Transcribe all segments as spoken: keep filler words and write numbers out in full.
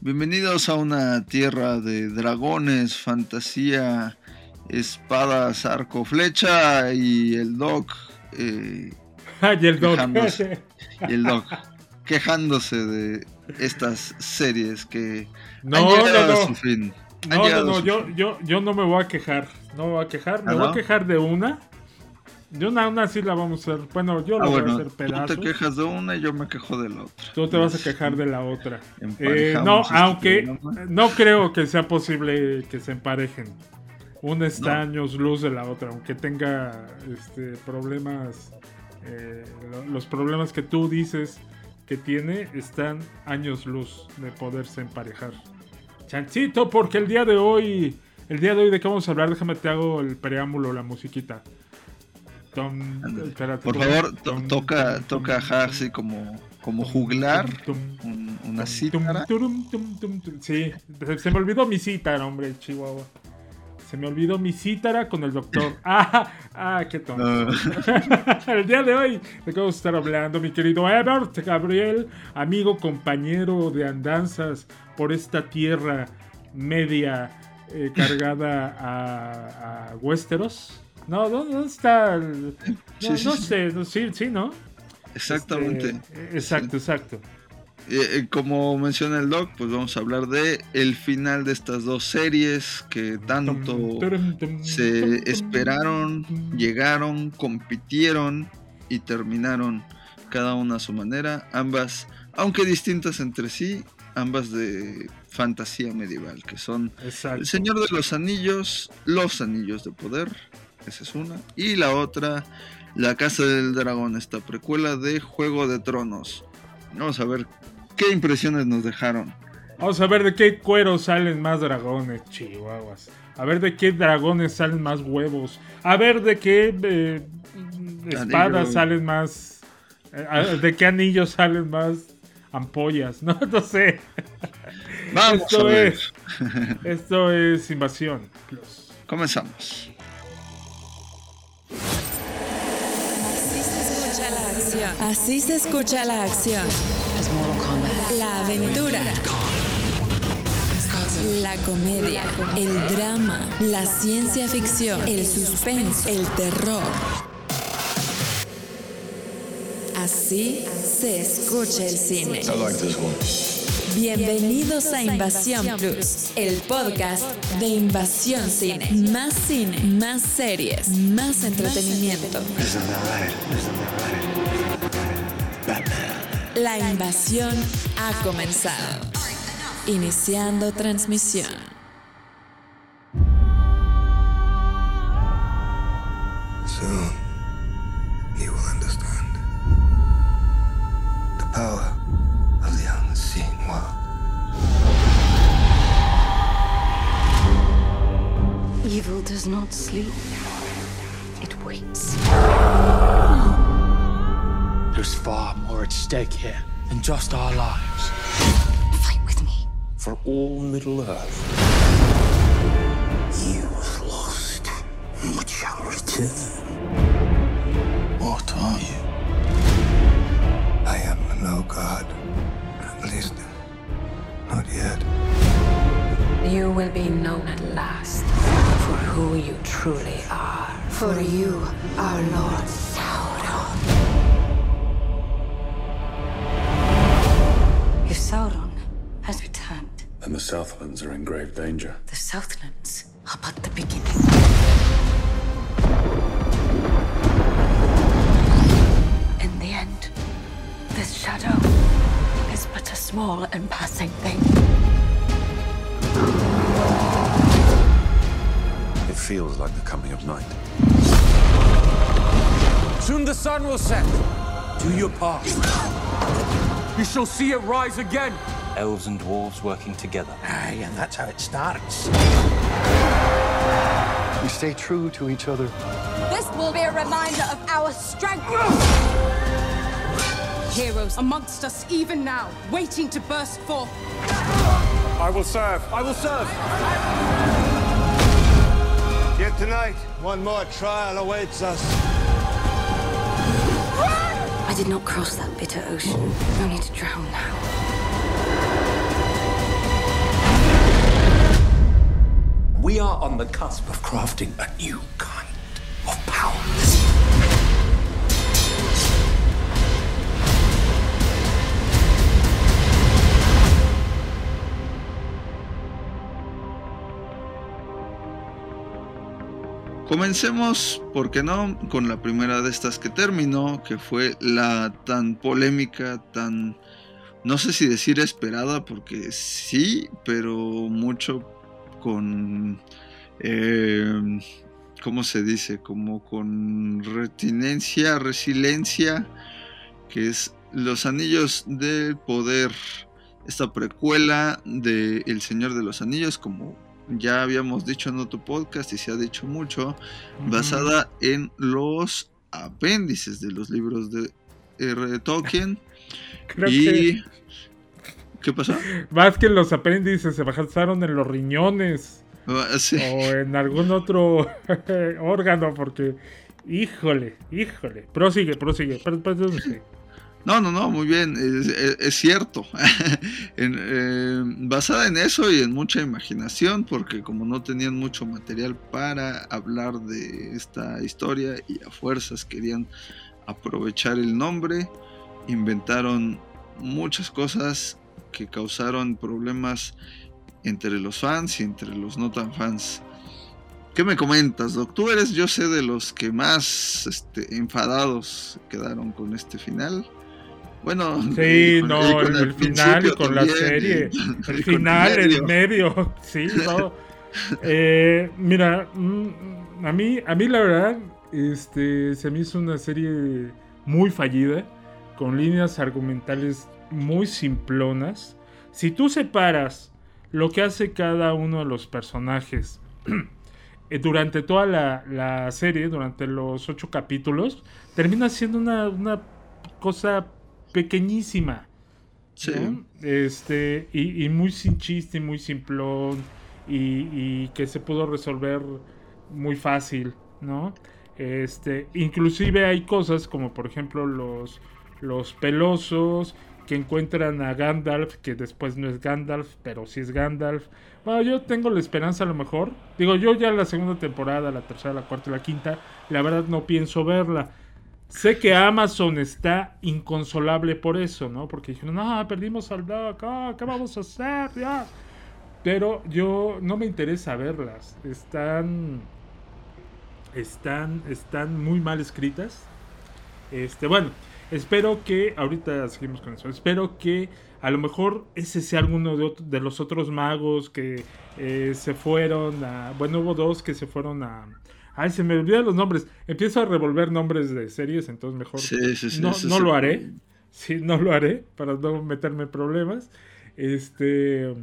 Bienvenidos a una tierra de dragones, fantasía, espadas, arco, flecha y el Doc. Eh, y el Doc. y el Doc quejándose de estas series que no, han llegado no, no. a su fin. No, no, no, yo, yo, yo no me voy a quejar. No me voy a quejar. Me ¿Ah, voy no? a quejar de una. De una, una sí la vamos a hacer. Bueno, yo Ah, la voy bueno, a hacer pedazos. tú te quejas de una y yo me quejo de la otra. Tú te vas a quejar de la otra. Eh, Emparejamos no, este aunque programa. no creo que sea posible que se emparejen. Una está No. años luz de la otra, aunque tenga este, problemas. Eh, lo- los problemas que tú dices que tiene están años luz de poderse emparejar. Chancito, porque el día de hoy, el día de hoy de qué vamos a hablar, déjame te hago el preámbulo, la musiquita. Tom, espérate, Por tom, favor, to- tom, toca, tom, toca tom, ajá, tom, así como, como tum, juglar tum, tum, un- una tum, cítara. tum, tum, tum, tum. Sí, se, se me olvidó mi cítara, hombre, Chihuahua. Se me olvidó mi cítara con el doctor. Ah, ah, qué tonto. Ah. El día de hoy, ¿de qué vamos a estar hablando, mi querido Ebert Gabriel, amigo, compañero de andanzas por esta tierra media eh, cargada a, a Westeros? No, ¿dónde dónde está? el- No, Sí, sí, no sí. sé, no, sí, sí, ¿no? Exactamente. Este, exacto, exacto. Eh, eh, como menciona el Doc, pues vamos a hablar de el final de estas dos series que tanto se esperaron, llegaron, compitieron y terminaron cada una a su manera, ambas, aunque distintas entre sí, ambas de fantasía medieval, que son Exacto. El Señor de los Anillos, Los Anillos de Poder, esa es una, y la otra, La Casa del Dragón, esta precuela de Juego de Tronos. Vamos a ver qué impresiones nos dejaron. Vamos a ver de qué cuero salen más dragones, chihuahuas. A ver de qué dragones salen más huevos. A ver de qué eh, espadas Anillo. salen más... eh, a- de qué anillos salen más ampollas. No, no sé. Vamos Esto a ver. es, esto es Invasión Plus. Comenzamos. Así se escucha la acción. La aventura. La comedia. El drama. La ciencia ficción. El suspenso. El terror. Así se escucha el cine. I like this one. Bienvenidos a Invasión Plus, el podcast de Invasión Cine. Más cine, más series, más entretenimiento. Isn't that right? Isn't that right? Batman. La invasión ha comenzado. Iniciando transmisión. Soon, you will understand the power of the unseen world. Evil does not sleep. It waits. There's far more at stake here than just our lives. Fight with me. For all Middle Earth. You have lost, but shall return. What are you? I am no god. At least, not yet. You will be known at last for who you truly are. For you, our Lord Sauron. If Sauron has returned, And the Southlands are in grave danger. the Southlands are but the beginning. In the end, this shadow is but a small and passing thing. It feels like the coming of night. Soon the sun will set. Do your part. You shall see it rise again. Elves and dwarves working together. Aye, and that's how it starts. We stay true to each other. This will be a reminder of our strength. Heroes amongst us even now, waiting to burst forth. I will serve. I will serve. Yet tonight, one more trial awaits us. I did not cross that bitter ocean, only to drown now. cusp of crafting a new kind of power. Comencemos, ¿por qué no?, con la primera de estas que terminó, que fue la tan polémica, tan, no sé si decir esperada, porque sí, pero mucho con, eh, ¿cómo se dice? Como con retinencia, resiliencia, que es Los Anillos del Poder, esta precuela de El Señor de los Anillos, como ya habíamos dicho en otro podcast y se ha dicho mucho, uh-huh. basada en los apéndices de los libros de R. Tolkien. Creo y que... ¿Qué pasó? Más que en los apéndices, se basaron en los riñones. Uh, sí. O en algún otro órgano, porque híjole, híjole. Prosigue, prosigue. prosigue. No, no, no, muy bien, es, es, es cierto. en, eh, basada en eso y en mucha imaginación, porque como no tenían mucho material para hablar de esta historia y a fuerzas querían aprovechar el nombre, inventaron muchas cosas que causaron problemas entre los fans y entre los no tan fans. ¿Qué me comentas, Doc? Tú eres, yo sé, de los que más este, enfadados quedaron con este final. Bueno, sí, con, no, el, el final y con también, la serie. Y, el final, el medio, medio sí, no. eh, mira, a mí, a mí la verdad, este, se me hizo una serie muy fallida, con líneas argumentales muy simplonas. Si tú separas lo que hace cada uno de los personajes durante toda la, la serie, durante los ocho capítulos, termina siendo una, una cosa pequeñísima, sí. ¿no? Este, y, y muy sin chiste, muy simplón, y, y que se pudo resolver muy fácil, ¿no? Este, inclusive hay cosas como por ejemplo los, los pelosos que encuentran a Gandalf, que después no es Gandalf, pero sí es Gandalf. Bueno, yo tengo la esperanza a lo mejor. Digo, yo ya la segunda temporada, la tercera, la cuarta y la quinta, la verdad no pienso verla. Sé que Amazon está inconsolable por eso, ¿no? Porque dijeron, no, perdimos al Doc, oh, ¿qué vamos a hacer? Ya. Pero yo no me interesa verlas. Están, están, están muy mal escritas. Este, bueno, espero que, ahorita seguimos con eso, espero que a lo mejor ese sea alguno de, otro, de los otros magos que eh, se fueron a, bueno, hubo dos que se fueron a... Ay, se me olvidan los nombres. Empiezo a revolver nombres de series, entonces mejor sí, sí, sí, no, sí, no sí. lo haré. Sí, no lo haré para no meterme en problemas. Este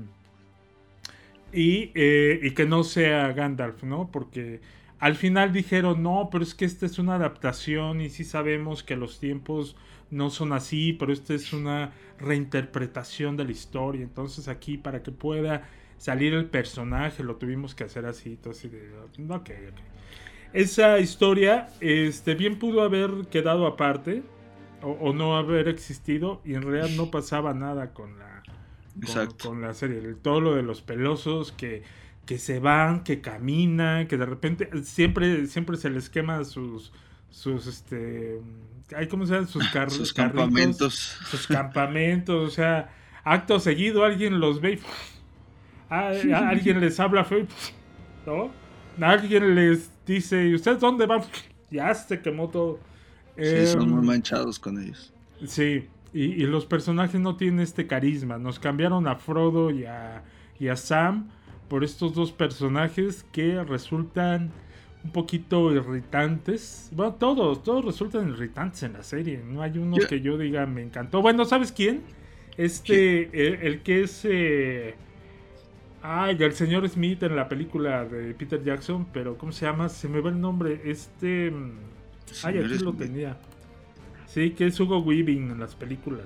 y, eh, y que no sea Gandalf, ¿no? Porque al final dijeron, no, pero es que esta es una adaptación y sí sabemos que los tiempos no son así, pero esta es una reinterpretación de la historia. Entonces aquí, para que pueda salir el personaje, lo tuvimos que hacer así. Entonces, ok, ok. Esa historia este, bien pudo haber quedado aparte o, o no haber existido, y en realidad no pasaba nada con la, con, con la serie. Todo lo de los pelosos que, que se van, que caminan, que de repente siempre, siempre se les quema sus, sus este, ¿cómo se llaman? Sus, car- sus carritos, campamentos. Sus campamentos, o sea, acto seguido alguien los ve y a, a, alguien les habla feo, ¿no? Alguien les dice, ¿y ustedes dónde van? Ya se quemó todo. Sí, eh, son muy manchados con ellos. Sí, y, y los personajes no tienen este carisma. Nos cambiaron a Frodo y a, y a Sam por estos dos personajes que resultan un poquito irritantes. Bueno, todos, todos resultan irritantes en la serie. No hay uno yo... que yo diga, me encantó. Bueno, ¿sabes quién? Este, el, el que es... Eh, Ay, el señor Smith en la película de Peter Jackson, pero ¿cómo se llama? Se me va el nombre. Este... Ay, aquí Smith. Lo tenía. Sí, que es Hugo Weaving en las películas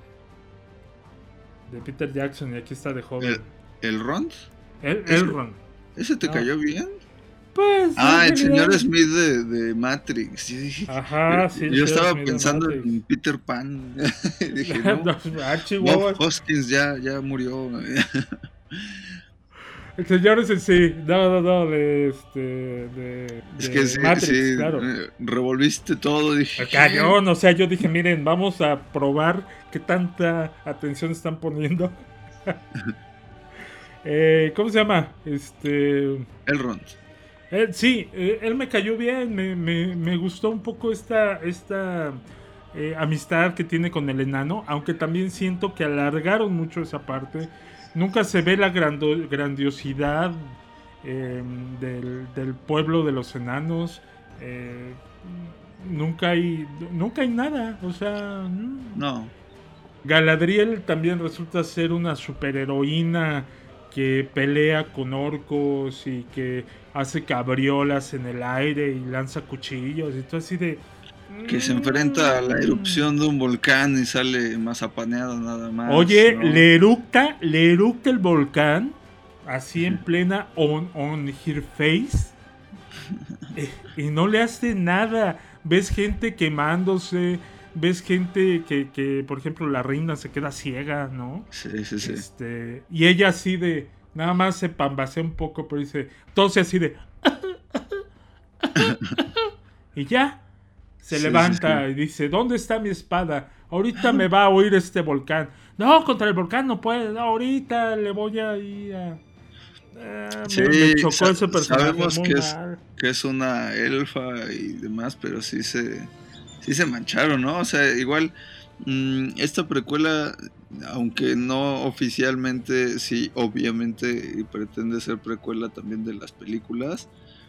de Peter Jackson, y aquí está de joven. ¿El, el Ron? El, el Ron. ¿Ese te no. cayó bien? Pues... Ah, el señor Smith de, de Matrix. Yo dije, Ajá, sí. Yo estaba Smith pensando en Peter Pan. Dije, no, no, ah, Bob Hoskins ya, ya murió. El señor ese sí, no, no, no, de este, de, es de que sí, Matrix, sí, claro. Revolviste todo, dije. Cañón, o sea, yo dije, miren, vamos a probar qué tanta atención están poniendo. eh, ¿Cómo se llama? Este... Elrond. Eh, sí, eh, él me cayó bien, me, me, me gustó un poco esta, esta eh, amistad que tiene con el enano, aunque también siento que alargaron mucho esa parte. Nunca se ve la grando- grandiosidad eh, del, del pueblo de los enanos. Eh, nunca hay nunca hay nada, o sea... No. Galadriel también resulta ser una superheroína que pelea con orcos y que hace cabriolas en el aire y lanza cuchillos y todo así de... Que se enfrenta a la erupción de un volcán y sale más apaneado nada más. Oye, ¿no? le eructa, le eructa el volcán así en plena on, on her face eh, y no le hace nada. Ves gente quemándose, ves gente que, que, por ejemplo, la reina se queda ciega, ¿no? Sí, sí, sí. Este, y ella así de, nada más se pambasea un poco, pero dice, tose así de... y ya, se sí, levanta sí, sí. y dice, ¿dónde está mi espada? Ahorita me va a oír este volcán. No, contra el volcán no puede, no, ahorita le voy a ir a... Eh, sí, me, me chocó sa- ese personaje sabemos muy que es, mal. que es una elfa y demás, pero sí se, sí se mancharon, ¿no? O sea, igual mmm, esta precuela, aunque no oficialmente, sí, obviamente pretende ser precuela también de las películas.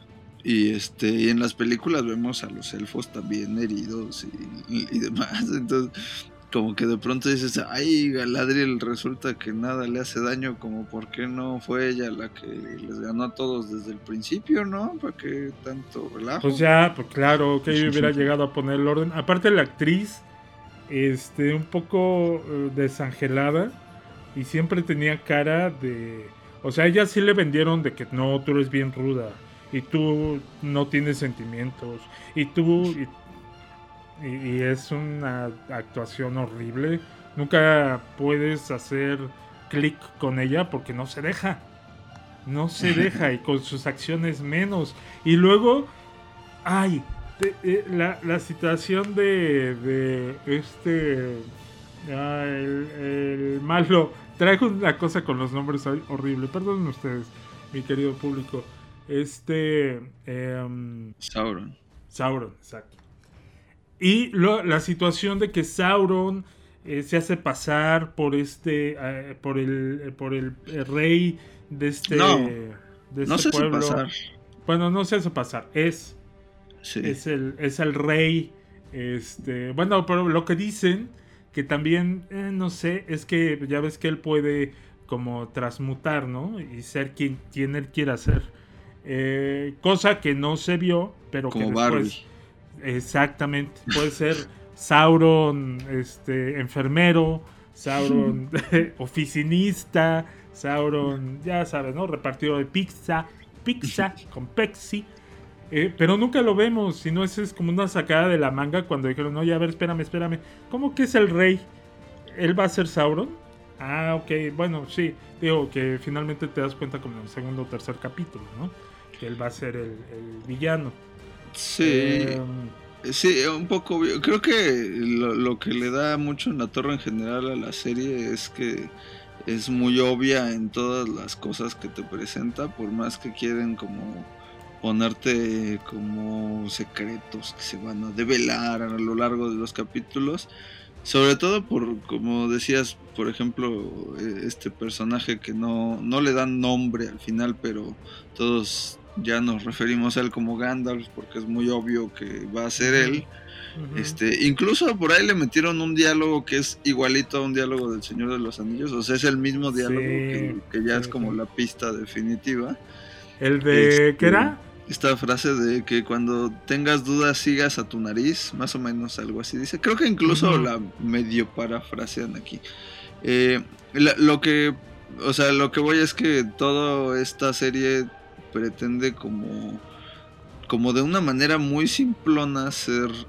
Y este y en las películas vemos a los elfos también heridos y, y demás. Entonces, como que de pronto dices, ay, Galadriel resulta que nada le hace daño, como por qué no fue ella la que les ganó a todos desde el principio, ¿no? ¿Para qué tanto relajo? Pues ya, pues claro, que hubiera llegado a poner el orden. Aparte la actriz, este, un poco eh, desangelada y siempre tenía cara de... O sea, ella sí le vendieron de que no, tú eres bien ruda y tú no tienes sentimientos y tú... Y, y, y es una actuación horrible. Nunca puedes hacer clic con ella porque no se deja. No se deja y con sus acciones menos. Y luego, ay, de, de, la, la situación de, de este, ah, el, el malo. Traigo una cosa con los nombres horrible. Perdonen ustedes, mi querido público. Este, eh, Sauron. Sauron, exacto. Y lo, la situación de que Sauron eh, se hace pasar por este, eh, por el, eh, por el, el rey de este, no, de este no se pueblo. hace pasar. Bueno, no se hace pasar, es, sí. es el, es el rey. Este, bueno, pero lo que dicen que también, eh, no sé, es que ya ves que él puede como transmutar, ¿no? Y ser quien, quien él quiera ser. Eh, cosa que no se vio, pero como que después. Barbie. Exactamente, puede ser Sauron este, enfermero, Sauron oficinista, Sauron, ya sabes, ¿no? Repartido de pizza, pizza con Pepsi. Eh, pero nunca lo vemos, sino eso es como una sacada de la manga cuando dijeron, oye, a ver, espérame, espérame. ¿Cómo que es el rey? ¿Él va a ser Sauron? Ah, ok, bueno, sí. Digo que finalmente te das cuenta como en el segundo o tercer capítulo, ¿no? Que él va a ser el, el villano. Sí, eh, sí, un poco. Creo que lo, lo que le da mucho en la torre en general a la serie es que es muy obvia en todas las cosas que te presenta, por más que quieren como ponerte como secretos que se van a develar a lo largo de los capítulos. Sobre todo por, como decías, por ejemplo, este personaje que no, no le dan nombre al final, pero todos ya nos referimos a él como Gandalf porque es muy obvio que va a ser él. Uh-huh. Este, incluso por ahí le metieron un diálogo que es igualito a un diálogo del Señor de los Anillos, o sea, es el mismo diálogo sí, que, que ya sí, es como sí. la pista definitiva. ¿El de este, qué era? Esta frase de que cuando tengas dudas sigas a tu nariz, más o menos algo así dice. Creo que incluso uh-huh. la medio parafrasean aquí. Eh, la, lo que, o sea, lo que voy es que toda esta serie pretende como, como de una manera muy simplona ser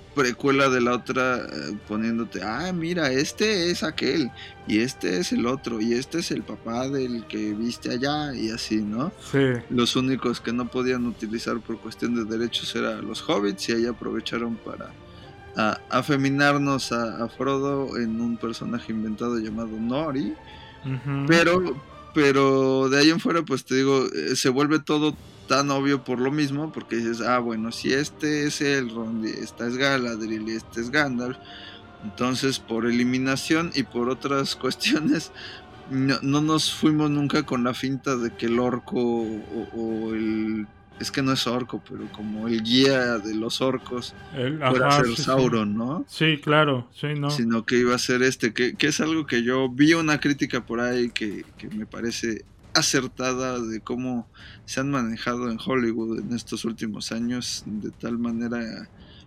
precuela de la otra, eh, poniéndote, ah, mira, este es aquel, y este es el otro, y este es el papá del que viste allá, y así, ¿no? Sí. Los únicos que no podían utilizar por cuestión de derechos eran los hobbits, y ahí aprovecharon para a, afeminarnos a, a Frodo en un personaje inventado llamado Nori. Uh-huh. Pero, pero de ahí en fuera, pues te digo, eh, se vuelve todo tan obvio por lo mismo, porque dices, ah, bueno, si este es Elrond, y esta es Galadriel, y este es Gandalf, entonces por eliminación y por otras cuestiones, no, no nos fuimos nunca con la finta de que el orco o, o el... es que no es orco, pero como el guía de los orcos el, fuera ajá, a ser sí, Sauron, sí. ¿no? Sí, claro, sí, no. Sino que iba a ser este, que, que es algo que yo vi una crítica por ahí que, que me parece acertada de cómo se han manejado en Hollywood en estos últimos años de tal manera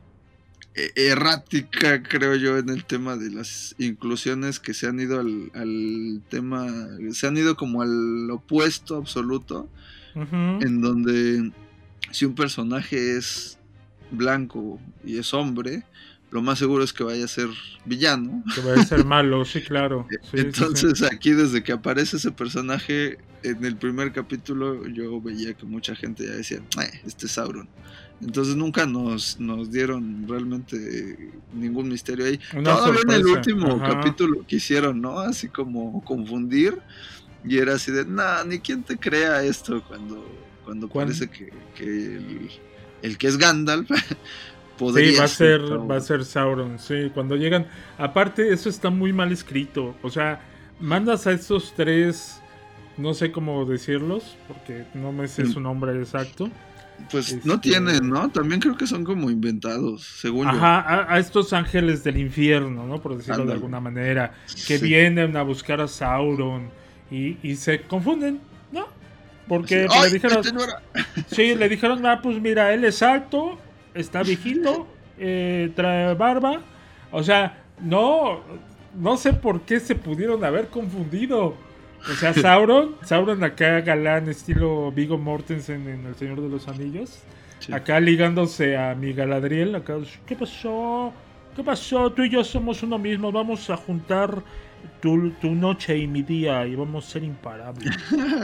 errática, creo yo, en el tema de las inclusiones, que se han ido al, al tema, se han ido como al opuesto absoluto, uh-huh. en donde si un personaje es blanco y es hombre, lo más seguro es que vaya a ser villano. Que vaya a ser malo, sí, claro. Sí, Entonces sí, sí. Aquí desde que aparece ese personaje en el primer capítulo, yo veía que mucha gente ya decía, eh, este es Sauron. Entonces nunca nos, nos dieron realmente ningún misterio ahí. Una Todavía sorpresa. En el último Ajá. capítulo que hicieron, ¿no? Así como confundir. Y era así de, nah, ni quién te crea esto cuando, cuando parece que, que el, el que es Gandalf podría sí, va a ser, ser va a ser Sauron, sí, cuando llegan. Aparte, eso está muy mal escrito. O sea, mandas a estos tres, no sé cómo decirlos, porque no me sé su nombre exacto. Pues este... no tienen, ¿no? También creo que son como inventados, según Ajá, yo. a, a estos ángeles del infierno, ¿no? Por decirlo Andale. de alguna manera, que sí. vienen a buscar a Sauron y, y se confunden, ¿no? Porque sí. le dijeron, este no era. sí, le dijeron, ah, pues mira, él es alto, está viejito, eh, trae barba, o sea, no, no sé por qué se pudieron haber confundido. O sea, Sauron, Sauron acá galán estilo Viggo Mortensen en El Señor de los Anillos, sí. acá ligándose a mi Galadriel, acá, ¿qué pasó? ¿Qué pasó? Tú y yo somos uno mismo, vamos a juntar tu, tu noche y mi día y vamos a ser imparables.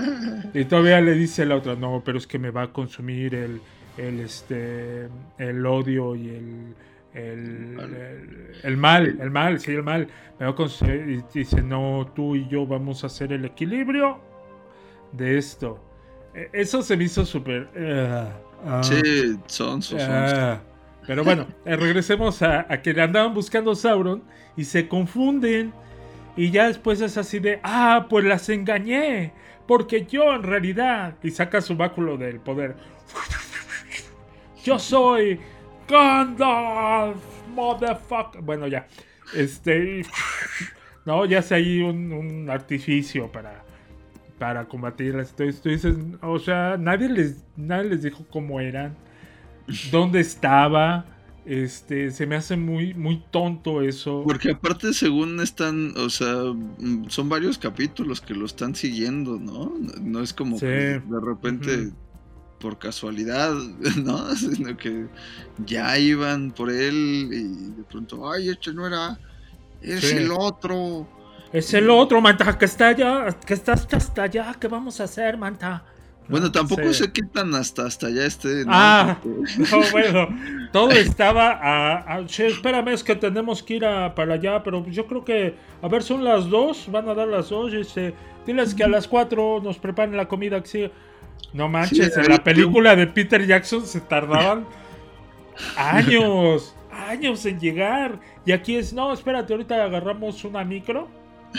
Y todavía le dice la otra, no, pero es que me va a consumir el, el, este, el odio y el... El, el, el mal, el mal, sí, el mal. Me va a conseguir, y dice, no, tú y yo vamos a hacer el equilibrio de esto. Eso se me hizo súper... Uh, uh, sí, son, son, son. Uh, pero bueno, eh, regresemos a, a que le andaban buscando Sauron y se confunden. Y ya después es así de, ah, pues las engañé. Porque yo en realidad... Y saca su báculo del poder. Yo soy... Gandalf, motherfucker. Bueno, ya. Este. No, ya sé ahí un, un artificio para, para combatirlas. Entonces tú dices, o sea, nadie les, nadie les dijo cómo eran, dónde estaba. Este, se me hace muy, muy tonto eso. Porque aparte, según están, o sea, son varios capítulos que lo están siguiendo, ¿no? No es como sí. que de repente. Uh-huh. Por casualidad, ¿no? Sino que ya iban por él y de pronto, ay, este no era, es sí. el otro. Es el otro, Manta, que está allá, que está hasta allá, ¿qué vamos a hacer, Manta? Bueno, no, tampoco sí. sé qué tan hasta, hasta allá esté, ¿no? Ah, no, bueno, todo estaba a, a sí, espérame, es que tenemos que ir a, para allá, pero yo creo que, a ver, son las dos, van a dar las dos, este, diles que a las cuatro nos preparen la comida, que sí. No manches, sí, en la película de Peter Jackson se tardaban años, años en llegar. Y aquí es, no, espérate, ahorita agarramos una micro.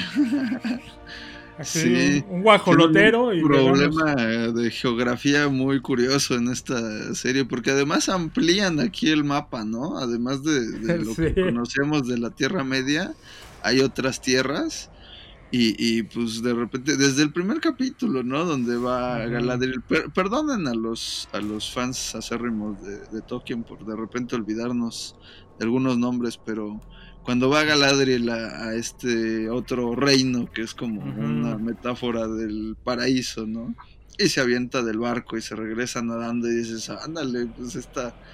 Así, sí, un, un guajolotero. Un y problema llegamos. De geografía muy curioso en esta serie, porque además amplían aquí el mapa, ¿no? Además de, de lo sí. que conocemos de la Tierra Media, hay otras tierras. Y, y pues de repente, desde el primer capítulo, ¿no? Donde va uh-huh. Galadriel. Per, perdonen a los a los fans acérrimos de, de Tolkien por de repente olvidarnos de algunos nombres, pero cuando va Galadriel a, a este otro reino, que es como uh-huh. una metáfora del paraíso, ¿no? Y se avienta del barco y se regresa nadando y dices, ándale, pues esta,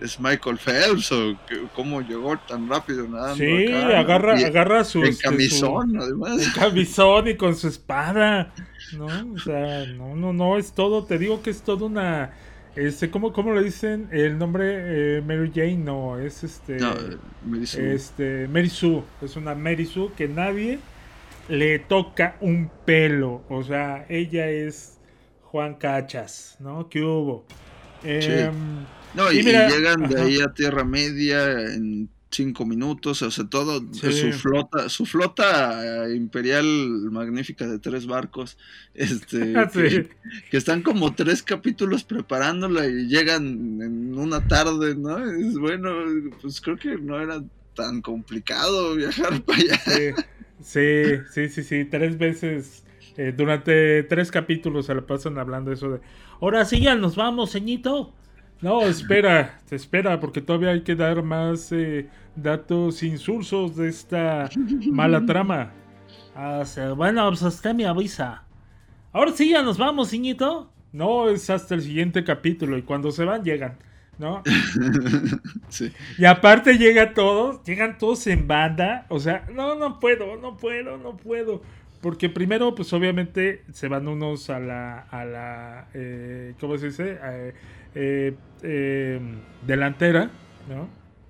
es Michael Phelps o que, cómo llegó tan rápido nadando. Sí, acá, agarra, ¿no? agarra su... En este, camisón, su, además. En camisón y con su espada, ¿no? O sea, no, no, no, es todo, te digo que es todo una... Este, ¿cómo, ¿Cómo le dicen el nombre? Eh, Mary Jane, no, es este... No, Mary Sue. Este, Mary Sue, es una Mary Sue que nadie le toca un pelo, o sea, ella es Juan Cachas, ¿no? ¿Qué hubo? Eh, sí. No, y, y, mira, y llegan de ajá. ahí a Tierra Media en cinco minutos, o sea, todo, sí. su flota, su flota imperial magnífica de tres barcos, este, sí. que, que están como tres capítulos preparándola y llegan en una tarde, ¿no? Es bueno, pues creo que no era tan complicado viajar para allá. Sí, sí, sí, sí, tres veces, eh, durante tres capítulos se la pasan hablando eso de, ahora sí ya nos vamos, ceñito. No, espera, te espera, porque todavía hay que dar más eh, datos insulsos de esta mala trama. Ah, sí, bueno, pues usted me avisa. Ahora sí, ya nos vamos, ciñito. No, es hasta el siguiente capítulo, y cuando se van, llegan, ¿no? Sí. Y aparte llega todos, llegan todos en banda, o sea, no, no puedo, no puedo, no puedo. Porque primero, pues obviamente, se van unos a la, a la, eh, ¿cómo se dice? Eh, Eh, eh, delantera, ¿no?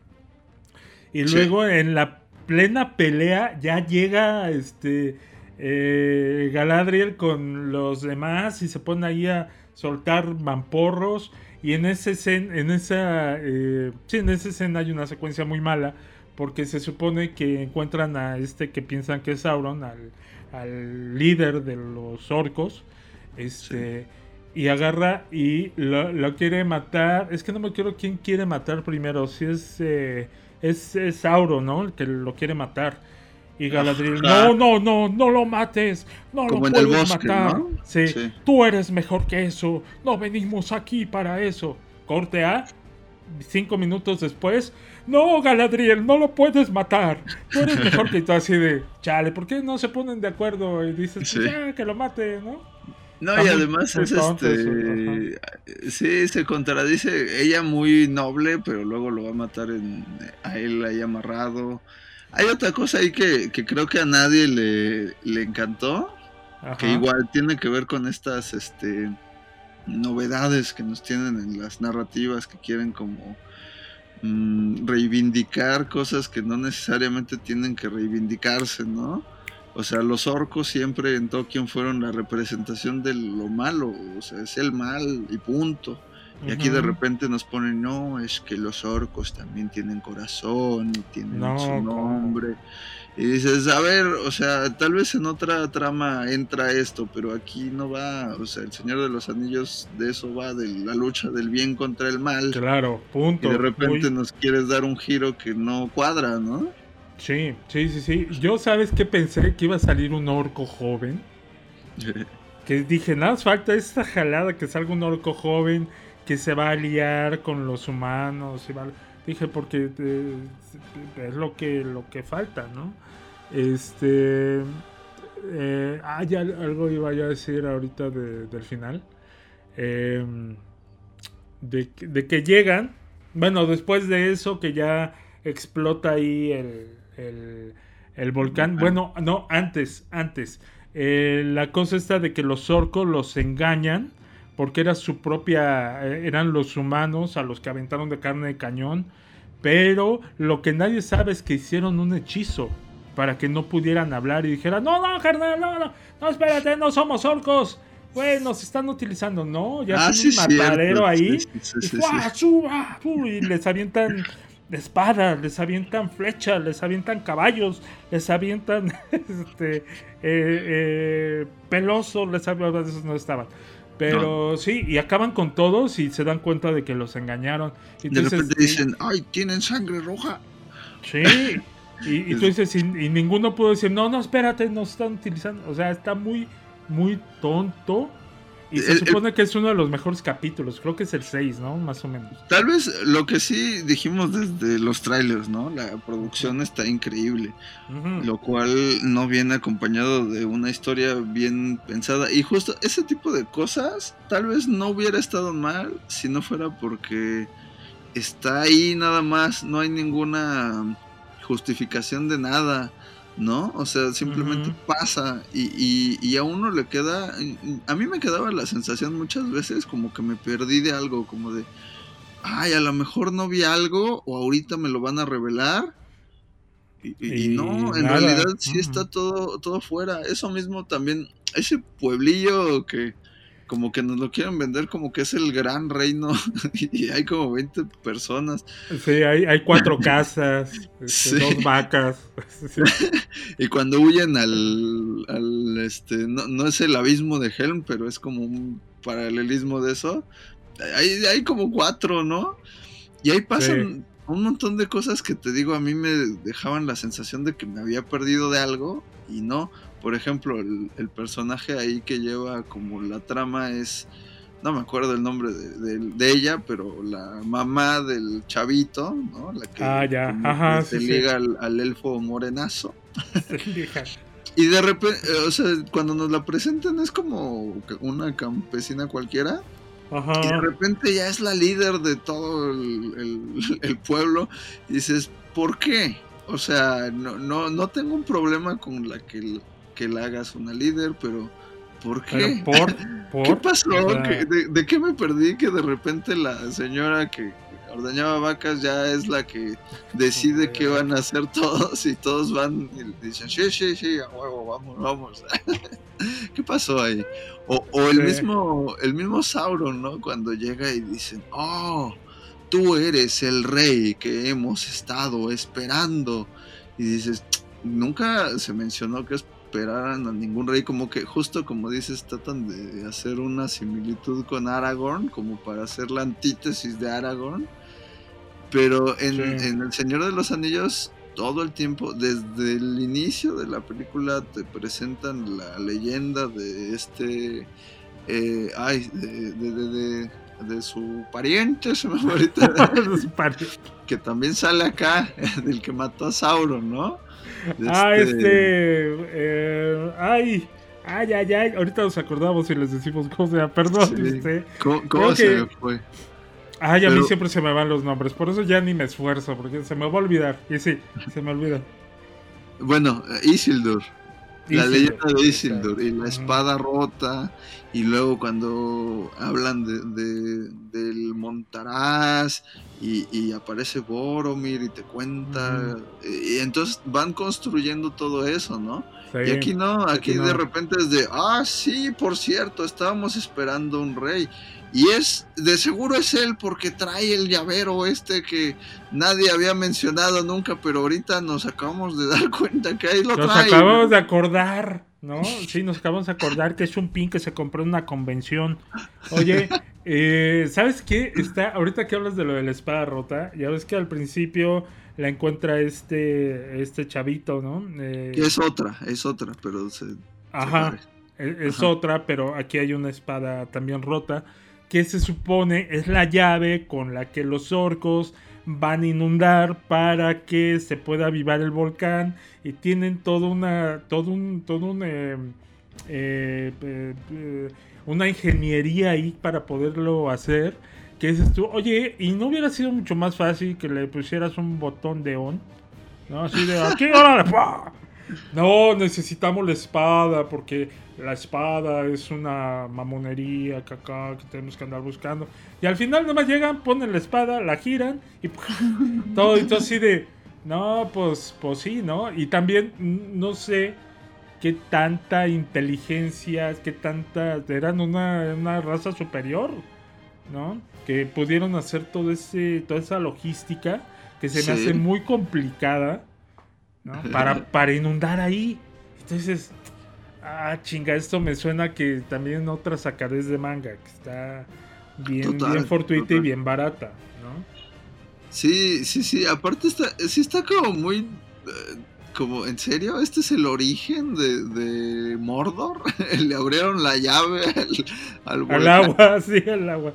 Y sí. luego en la plena pelea ya llega este eh, Galadriel con los demás y se pone ahí a soltar mamporros, y en ese escena, en esa eh, sí, en esa escena hay una secuencia muy mala, porque se supone que encuentran a este que piensan que es Sauron, al, al líder de los orcos, este sí. Y agarra y lo, lo quiere matar. Es que no me acuerdo quién quiere matar primero. Si es, eh, es, es Sauron, ¿no? El que lo quiere matar. Y Galadriel, ah, no, no, no, no lo mates. No lo puedes bosque, matar. ¿No? Sí, sí. Tú eres mejor que eso. No venimos aquí para eso. Corte A. Cinco minutos después. No, Galadriel, no lo puedes matar. Tú eres mejor que tú. Así de, chale, ¿por qué no se ponen de acuerdo? Y dices, sí. pues ya, que lo mate, ¿no? No, y además es este... Sí, se contradice. Ella muy noble, pero luego lo va a matar en, a él ahí amarrado. Hay otra cosa ahí que, que creo que a nadie le, le encantó. Ajá. Que igual tiene que ver con estas este, novedades que nos tienen en las narrativas, que quieren como mmm, reivindicar cosas que no necesariamente tienen que reivindicarse, ¿no? O sea, los orcos siempre en Tolkien fueron la representación de lo malo, o sea, es el mal y punto. Y uh-huh. aquí de repente nos ponen, no, es que los orcos también tienen corazón y tienen no, su nombre. ¿Cómo? Y dices, a ver, o sea, tal vez en otra trama entra esto, pero aquí no va. O sea, el Señor de los Anillos de eso va, de la lucha del bien contra el mal. Claro, punto. Y de repente Uy. nos quieres dar un giro que no cuadra, ¿no? Sí, sí, sí, sí. Yo, ¿sabes qué pensé? Que iba a salir un orco joven. Que dije, nada más falta esta jalada, que salga un orco joven que se va a aliar con los humanos. Y va... Dije, porque eh, es lo que, lo que falta, ¿no? Este... Eh, ah, ya algo iba yo a decir ahorita de, del final. Eh, de, de que llegan... Bueno, después de eso que ya explota ahí el... El, el volcán, bueno, no, antes, antes. Eh, la cosa está de que los orcos los engañan porque era su propia, eh, eran los humanos a los que aventaron de carne de cañón, pero lo que nadie sabe es que hicieron un hechizo para que no pudieran hablar y dijeran, no, no, carnal, no, no, no, espérate, no somos orcos, güey, nos están utilizando, no, ya ah, es sí, un matadero sí, ahí, sí, sí, y, sí, ¡fua, sí. suba! Y les avientan espadas, les avientan flechas, les avientan caballos, les avientan este eh, eh, pelosos, les avientan, esos no estaban. Pero no. sí, y acaban con todos y se dan cuenta de que los engañaron. Y de dices, repente dicen, ¡ay, tienen sangre roja! Sí, y, y tú dices, y, y ninguno pudo decir, no, no, espérate, nos están utilizando. O sea, está muy, muy tonto. Y se el, supone el, que es uno de los mejores capítulos. Creo que es el seis, ¿no? Más o menos. Tal vez lo que sí dijimos desde los trailers, ¿no? La producción está increíble. Uh-huh. Lo cual no viene acompañado de una historia bien pensada. Y justo ese tipo de cosas tal vez no hubiera estado mal si no fuera porque está ahí nada más, no hay ninguna justificación de nada, ¿no? O sea, simplemente uh-huh. pasa y, y, y a uno le queda, a mí me quedaba la sensación muchas veces como que me perdí de algo, como de, ay, a lo mejor no vi algo o ahorita me lo van a revelar y, y, y no, en nada. realidad sí uh-huh. está todo, todo fuera. Eso mismo también, ese pueblillo que como que nos lo quieren vender como que es el gran reino y hay como veinte personas. Sí, hay, hay cuatro casas, este, sí. dos vacas. Sí. Y cuando huyen al, al este, no, no es el abismo de Helm, pero es como un paralelismo de eso. Hay, hay como cuatro, ¿no? Y ahí pasan sí. un montón de cosas que te digo, a mí me dejaban la sensación de que me había perdido de algo y no. Por ejemplo, el, el personaje ahí que lleva como la trama es, no me acuerdo el nombre de, de, de ella, pero la mamá del chavito, ¿no? La que, ah, ya. Ajá, que sí, se liga sí. al, al elfo morenazo. Y de repente, o sea, cuando nos la presentan es como una campesina cualquiera. Ajá. Y de repente ya es la líder de todo el, el, el pueblo. Y dices, ¿por qué? O sea, no, no, no tengo un problema con la que... que la hagas una líder, pero ¿por qué? Pero por, por, ¿Qué pasó? O sea... ¿De, ¿De qué me perdí? Que de repente la señora que ordeñaba vacas ya es la que decide qué van a hacer todos y todos van y dicen, sí, sí, sí, a huevo, vamos, vamos. ¿Qué pasó ahí? O, o el, sí. mismo, el mismo Sauron, ¿no? Cuando llega y dicen, oh, tú eres el rey que hemos estado esperando. Y dices, nunca se mencionó que esperaran a ningún rey, como que justo como dices, tratan de hacer una similitud con Aragorn, como para hacer la antítesis de Aragorn, pero en, sí. en El Señor de los Anillos todo el tiempo, desde el inicio de la película te presentan la leyenda de este eh, ay, de, de, de, de, de su pariente, se me fue ahorita que también sale acá, del que mató a Sauron, ¿no? De ah, este, este eh, ay, ay, ay, ay, ahorita nos acordamos y les decimos cómo se llama, perdón, sí. este, ¿Cómo, cómo se me fue? Ay, Pero... a mí siempre se me van los nombres, por eso ya ni me esfuerzo, porque se me va a olvidar, y sí, se me olvida. Bueno, Isildur, la leyenda de Isildur, y la espada uh-huh. rota, y luego cuando hablan de, de del Montaraz, y, y aparece Boromir y te cuenta, uh-huh. y entonces van construyendo todo eso, ¿no? Sí, y aquí no, aquí, aquí no. de repente es de, ah, sí, por cierto, estábamos esperando un rey. Y es, de seguro es él porque trae el llavero este que nadie había mencionado nunca, pero ahorita nos acabamos de dar cuenta que ahí lo nos trae. Nos acabamos de acordar, ¿no? Sí, nos acabamos de acordar que es un pin que se compró en una convención. Oye, eh, ¿sabes qué? Está, ahorita que hablas de lo de la espada rota, ya ves que al principio la encuentra este, este chavito, ¿no? Eh, que es otra, es otra, pero se... Ajá, se es, es Ajá. otra, pero aquí hay una espada también rota, que se supone es la llave con la que los orcos van a inundar para que se pueda avivar el volcán, y tienen todo una todo un todo un eh, eh, eh, una ingeniería ahí para poderlo hacer, que dices tú, oye, y no hubiera sido mucho más fácil que le pusieras un botón de on, no, así de aquí, órale, ¡pah! No, necesitamos la espada porque la espada es una mamonería que acá que tenemos que andar buscando. Y al final nomás llegan, ponen la espada, la giran y todo, y todo así de, no, pues, pues sí, ¿no? Y también no sé qué tanta inteligencia, qué tanta, eran una, una raza superior, ¿no? Que pudieron hacer todo ese, toda esa logística que se sí. me hace muy complicada, ¿no? Para, para inundar ahí. Entonces, ah, chinga, esto me suena que también otra sacadez de manga, que está bien, total, bien fortuita total. Y bien barata, ¿no? Sí, sí, sí, aparte está, sí está como muy, eh, como, ¿en serio? ¿Este es el origen de, de Mordor? Le abrieron la llave al, al, al agua, sí, al agua.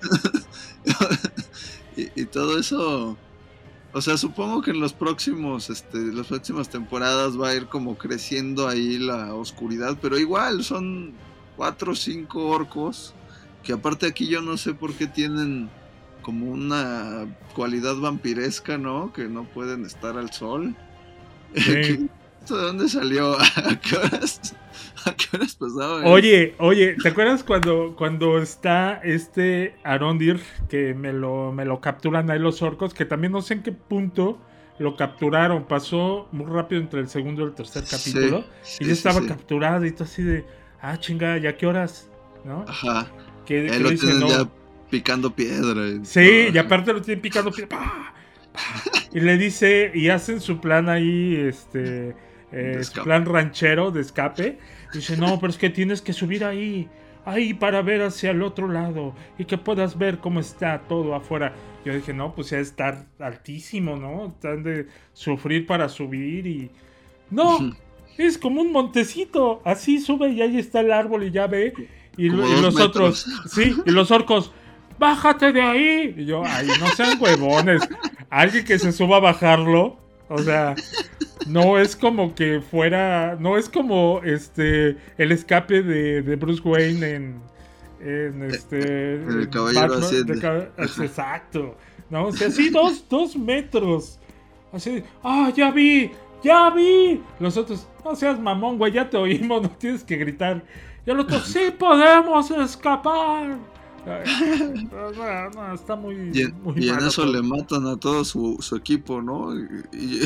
y, y todo eso... O sea, supongo que en los próximos, este, las próximas temporadas va a ir como creciendo ahí la oscuridad, pero igual son cuatro o cinco orcos, que aparte aquí yo no sé por qué tienen como una cualidad vampiresca, ¿no? Que no pueden estar al sol. Sí. ¿Esto de dónde salió? ¿A qué horas, a qué horas pasaba? Oye, oye, ¿te acuerdas cuando, cuando está este Arondir, que me lo, me lo capturan ahí los orcos? Que también no sé en qué punto lo capturaron. Pasó muy rápido entre el segundo y el tercer capítulo. Sí, y sí, ya estaba sí, sí. capturado y todo así de, ah, chinga, ¿ya qué horas? ¿No? Ajá. Que, Él que lo dice, tienen no. ya picando piedra. Y Sí, todo. y aparte lo tienen picando piedra. ¡Pah! ¡Pah! Y le dice, y hacen su plan ahí, este, eh, su plan ranchero de escape. Dice, no, pero es que tienes que subir ahí, ahí para ver hacia el otro lado y que puedas ver cómo está todo afuera. Yo dije, no, pues ya estar altísimo, ¿no? Están de sufrir para subir y... No, es como un montecito, así sube y ahí está el árbol y ya ve. Y, y los otros, sí, y los orcos, bájate de ahí. Y yo, ay, no sean huevones. Alguien que se suba a bajarlo, o sea, no es como que fuera, no es como este el escape de, de Bruce Wayne en, en este el caballero asciende. De, exacto, no, o sea, sí, dos, dos metros, así, ah, ya vi, ya vi. Los otros, no seas mamón, güey, ya te oímos, no tienes que gritar. Y el otro, sí podemos escapar. No, no, no, está muy, y en, muy y en eso todo. le matan a todo su, su equipo, ¿no? Y, y...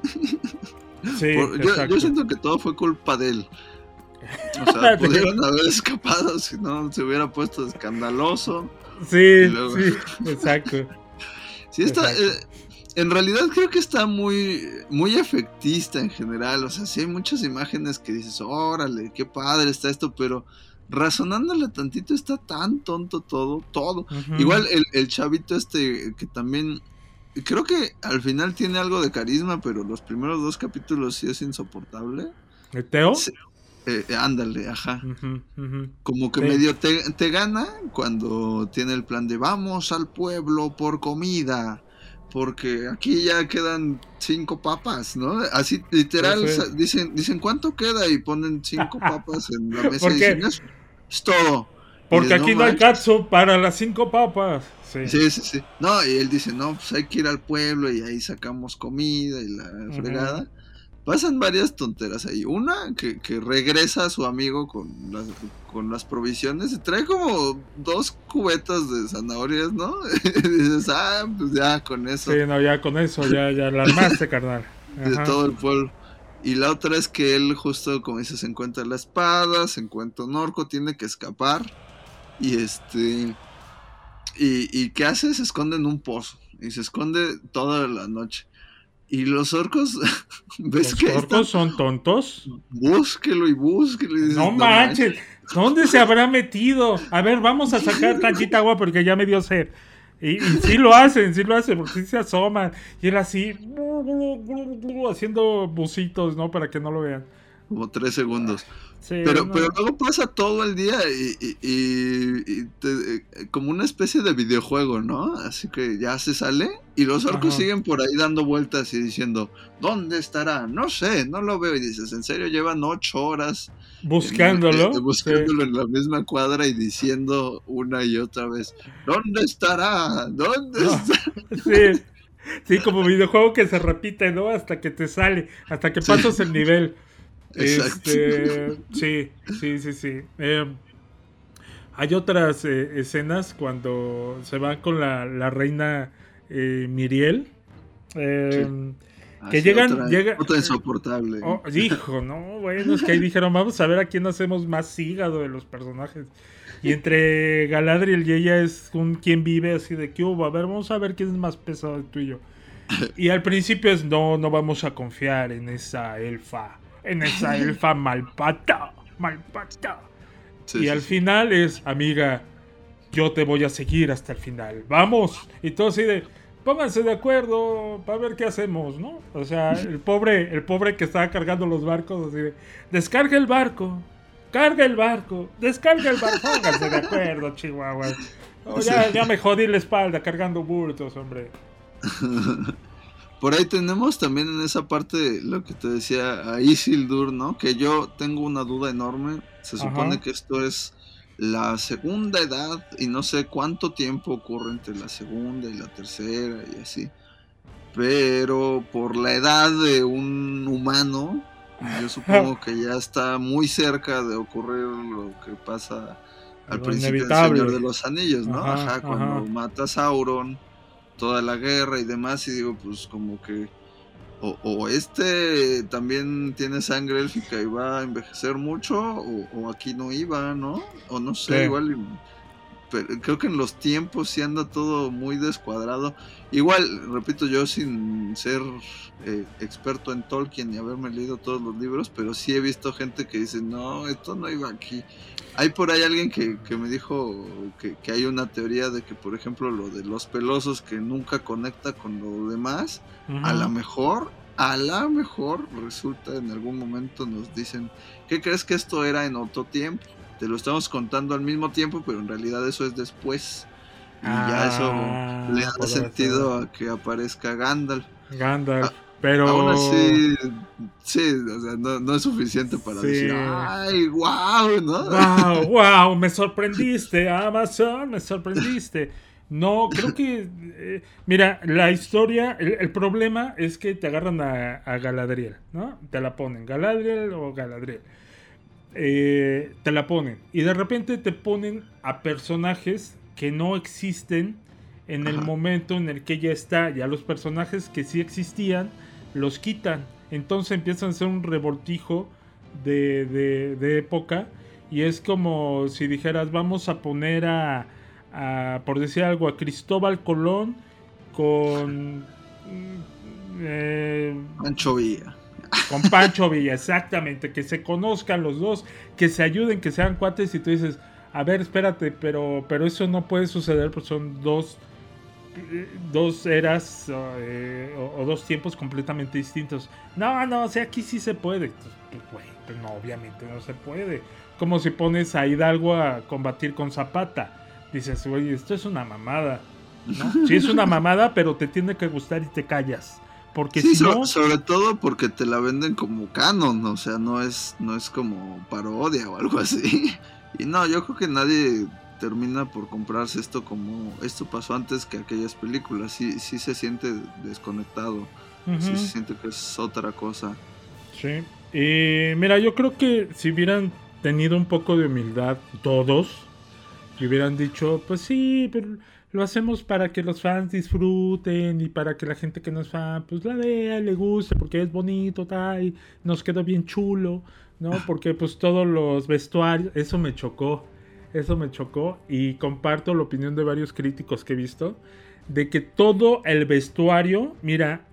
Sí, Por, yo, yo siento que todo fue culpa de él. O sea, pudieron haber escapado si no se hubiera puesto escandaloso. Sí, luego... sí, exacto. Sí, está, eh, en realidad creo que está muy, muy efectista en general. O sea, sí hay muchas imágenes que dices, órale, qué padre está esto, pero razonándole tantito está tan tonto todo, todo. Uh-huh. Igual el, el chavito este que también, creo que al final tiene algo de carisma, pero los primeros dos capítulos sí es insoportable. ¿El Teo? Sí. Eh, ándale, ajá. Uh-huh, uh-huh. Como que sí. medio te, te gana cuando tiene el plan de vamos al pueblo por comida, porque aquí ya quedan cinco papas, ¿no? Así literal sí, sí. dicen dicen ¿cuánto queda? Y ponen cinco papas en la mesa y dicen eso es todo. Porque dices, aquí no, no hay katsu para las cinco papas. Sí. sí, sí, sí. No, y él dice, no, pues hay que ir al pueblo y ahí sacamos comida y la uh-huh. fregada. Pasan varias tonteras ahí. Una, que, que regresa a su amigo con las, con las provisiones. Y trae como dos cubetas de zanahorias, ¿no? Y dices, ah, pues ya con eso. Sí, no, ya con eso, ya, ya la armaste, carnal. Ajá. De todo el pueblo. Y la otra es que él justo, como dices, se encuentra la espada, se encuentra un orco, tiene que escapar. Y este... Y, y ¿qué hace? Se esconde en un pozo. Y se esconde toda la noche. Y los orcos, ¿ves ¿Los que orcos están? Son tontos? Búsquelo y búsquelo. Y dices, no, no manches, manches, ¿dónde se habrá metido? A ver, vamos a sacar tantita agua porque ya me dio sed. Y, y sí lo hacen, sí lo hacen, porque sí se asoman. Y él así, haciendo bucitos, ¿no? Para que no lo vean. Como tres segundos. Sí, pero, no. pero luego pasa todo el día y, y, y, y te, como una especie de videojuego, ¿no? Así que ya se sale y los orcos Ajá. siguen por ahí dando vueltas y diciendo, ¿dónde estará? No sé, no lo veo. Y dices, ¿en serio? Llevan ocho horas buscándolo, en, eh, buscándolo sí. en la misma cuadra y diciendo una y otra vez, ¿dónde estará? ¿Dónde no. estará? Sí. Sí, como videojuego que se repite, ¿no? Hasta que te sale, hasta que pasas sí. el nivel. Exacto. Este, sí, sí, sí, sí. Eh, hay otras eh, escenas cuando se van con la, la reina eh, Miriel. Eh, sí. Que Así llegan. Otra, llega, otra insoportable. Oh, hijo, no, bueno, es que ahí dijeron, vamos a ver a quién hacemos más hígado de los personajes. Y entre Galadriel y ella es un quien vive así de que hubo. A ver, vamos a ver quién es más pesado tú y yo. Y al principio es no, no vamos a confiar en esa elfa. En esa elfa malpata, malpata. Sí, y sí, al sí. final es, amiga, yo te voy a seguir hasta el final. Vamos. Y todo así de, pónganse de acuerdo para ver qué hacemos, ¿no? O sea, el pobre, el pobre que estaba cargando los barcos, así de, descarga el barco, carga el barco, descarga el barco. Pónganse de acuerdo, chihuahua. Oh, ya, ya me jodí la espalda cargando bultos, hombre. Por ahí tenemos también en esa parte lo que te decía a Isildur, ¿no? Que yo tengo una duda enorme. Se supone Ajá. que esto es la segunda edad, y no sé cuánto tiempo ocurre entre la segunda y la tercera y así, pero por la edad de un humano, yo supongo que ya está muy cerca de ocurrir lo que pasa al Lo principio del inevitable. Señor de los Anillos, ¿no? Ajá, Ajá, cuando ajá. mata a Sauron, toda la guerra y demás, y digo, pues como que o, o este también tiene sangre élfica y va a envejecer mucho, o, o aquí no iba, ¿no? O no sé, Sí. igual, y- pero creo que en los tiempos sí anda todo muy descuadrado. Igual, repito, yo sin ser eh, experto en Tolkien y haberme leído todos los libros, pero sí he visto gente que dice, no, esto no iba aquí. Hay por ahí alguien que, que me dijo que, que hay una teoría de que, por ejemplo, lo de los pelosos que nunca conecta con lo demás, Ujú. a lo mejor, a lo mejor resulta en algún momento nos dicen, ¿qué crees que esto era en otro tiempo? Te lo estamos contando al mismo tiempo, pero en realidad eso es después. Y ya eso Ah, le da podrá sentido ser. a que aparezca Gandalf. Gandalf, A- pero Aún así, sí, o sea, no, no es suficiente para Sí. decir, ¡ay, wow! ¿no? wow, wow, me sorprendiste, Amazon, me sorprendiste. No, creo que, eh, mira, la historia, el, el problema es que te agarran a, a Galadriel, ¿no? Te la ponen, Galadriel o Galadriel. Eh, te la ponen y de repente te ponen a personajes que no existen en el Ajá. momento en el que ella está. Ya los personajes que sí existían los quitan, entonces empiezan a ser un revoltijo de, de, de época, y es como si dijeras vamos a poner a, a por decir algo, a Cristóbal Colón con mm, eh, Pancho Villa. con Pancho Villa, exactamente, que se conozcan los dos, que se ayuden, que sean cuates, y tú dices, a ver, espérate, pero, pero eso no puede suceder, porque son dos, eh, dos eras eh, o, o dos tiempos completamente distintos. No, no, o sea, aquí sí se puede. Pues, güey, pues no, obviamente no se puede. Como si pones a Hidalgo a combatir con Zapata. Dices, güey, esto es una mamada, ¿no? Sí es una mamada, pero te tiene que gustar y te callas. Porque Sí, si so- no... sobre todo porque te la venden como canon, o sea, no es, no es como parodia o algo así. Y no, yo creo que nadie termina por comprarse esto como esto pasó antes que aquellas películas. Sí, sí se siente desconectado, Ujú. sí se siente que es otra cosa. Sí. Y mira, yo creo que si hubieran tenido un poco de humildad todos, y hubieran dicho, pues sí, pero lo hacemos para que los fans disfruten y para que la gente que no es fan, pues la vea y le guste, porque es bonito, tal, y nos quedó bien chulo, ¿no? Porque pues todos los vestuarios, eso me chocó, eso me chocó, y comparto la opinión de varios críticos que he visto, de que todo el vestuario, mira,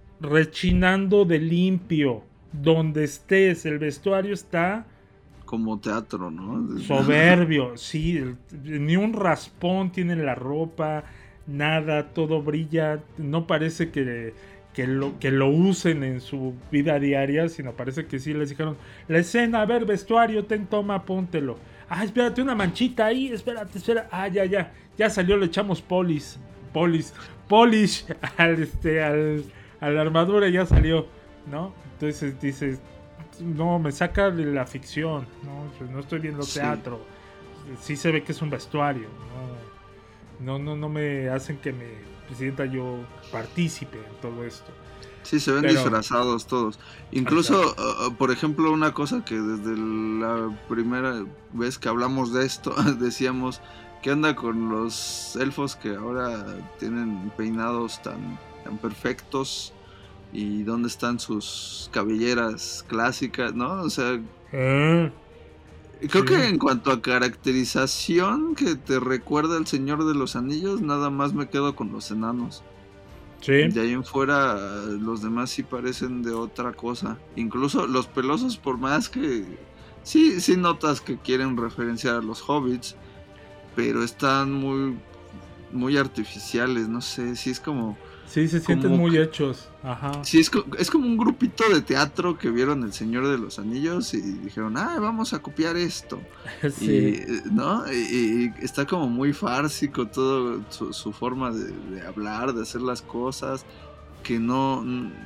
rechinando de limpio, donde estés, el vestuario está Como teatro, ¿no? soberbio, sí, el- ni un raspón tiene la ropa, nada, todo brilla, no parece que, que, lo, que lo usen en su vida diaria, sino parece que sí les dijeron, la escena, a ver, vestuario, ten, toma, póntelo. Ah, espérate, una manchita ahí, espérate, espera, ah, ya, ya, ya salió, le echamos polis, polis, polish al, este, al, a la armadura, ya salió, ¿no? Entonces dices, no, me saca de la ficción, no, pues no estoy viendo Sí. teatro, sí se ve que es un vestuario, no, no, no, no me hacen que me sienta yo partícipe en todo esto. Sí, se ven Pero- disfrazados todos. Incluso, Exacto. uh, por ejemplo, una cosa que desde la primera vez que hablamos de esto decíamos, ¿qué onda con los elfos que ahora tienen peinados tan, tan perfectos? ¿Y dónde están sus cabelleras clásicas, no? O sea, Eh, creo Sí. que en cuanto a caracterización que te recuerda al Señor de los Anillos, nada más me quedo con los enanos. sí, De ahí en fuera, los demás sí parecen de otra cosa. Incluso los pelosos, por más que... Sí, sí notas que quieren referenciar a los hobbits, pero están muy, muy artificiales, no sé, sí es como... sí se sienten como muy que- hechos, ajá. Sí, es, co- es como un grupito de teatro que vieron El Señor de los Anillos y dijeron, ah, vamos a copiar esto. Sí. Y, ¿no? Y, y está como muy fársico todo su, su forma de, de hablar, de hacer las cosas, que no,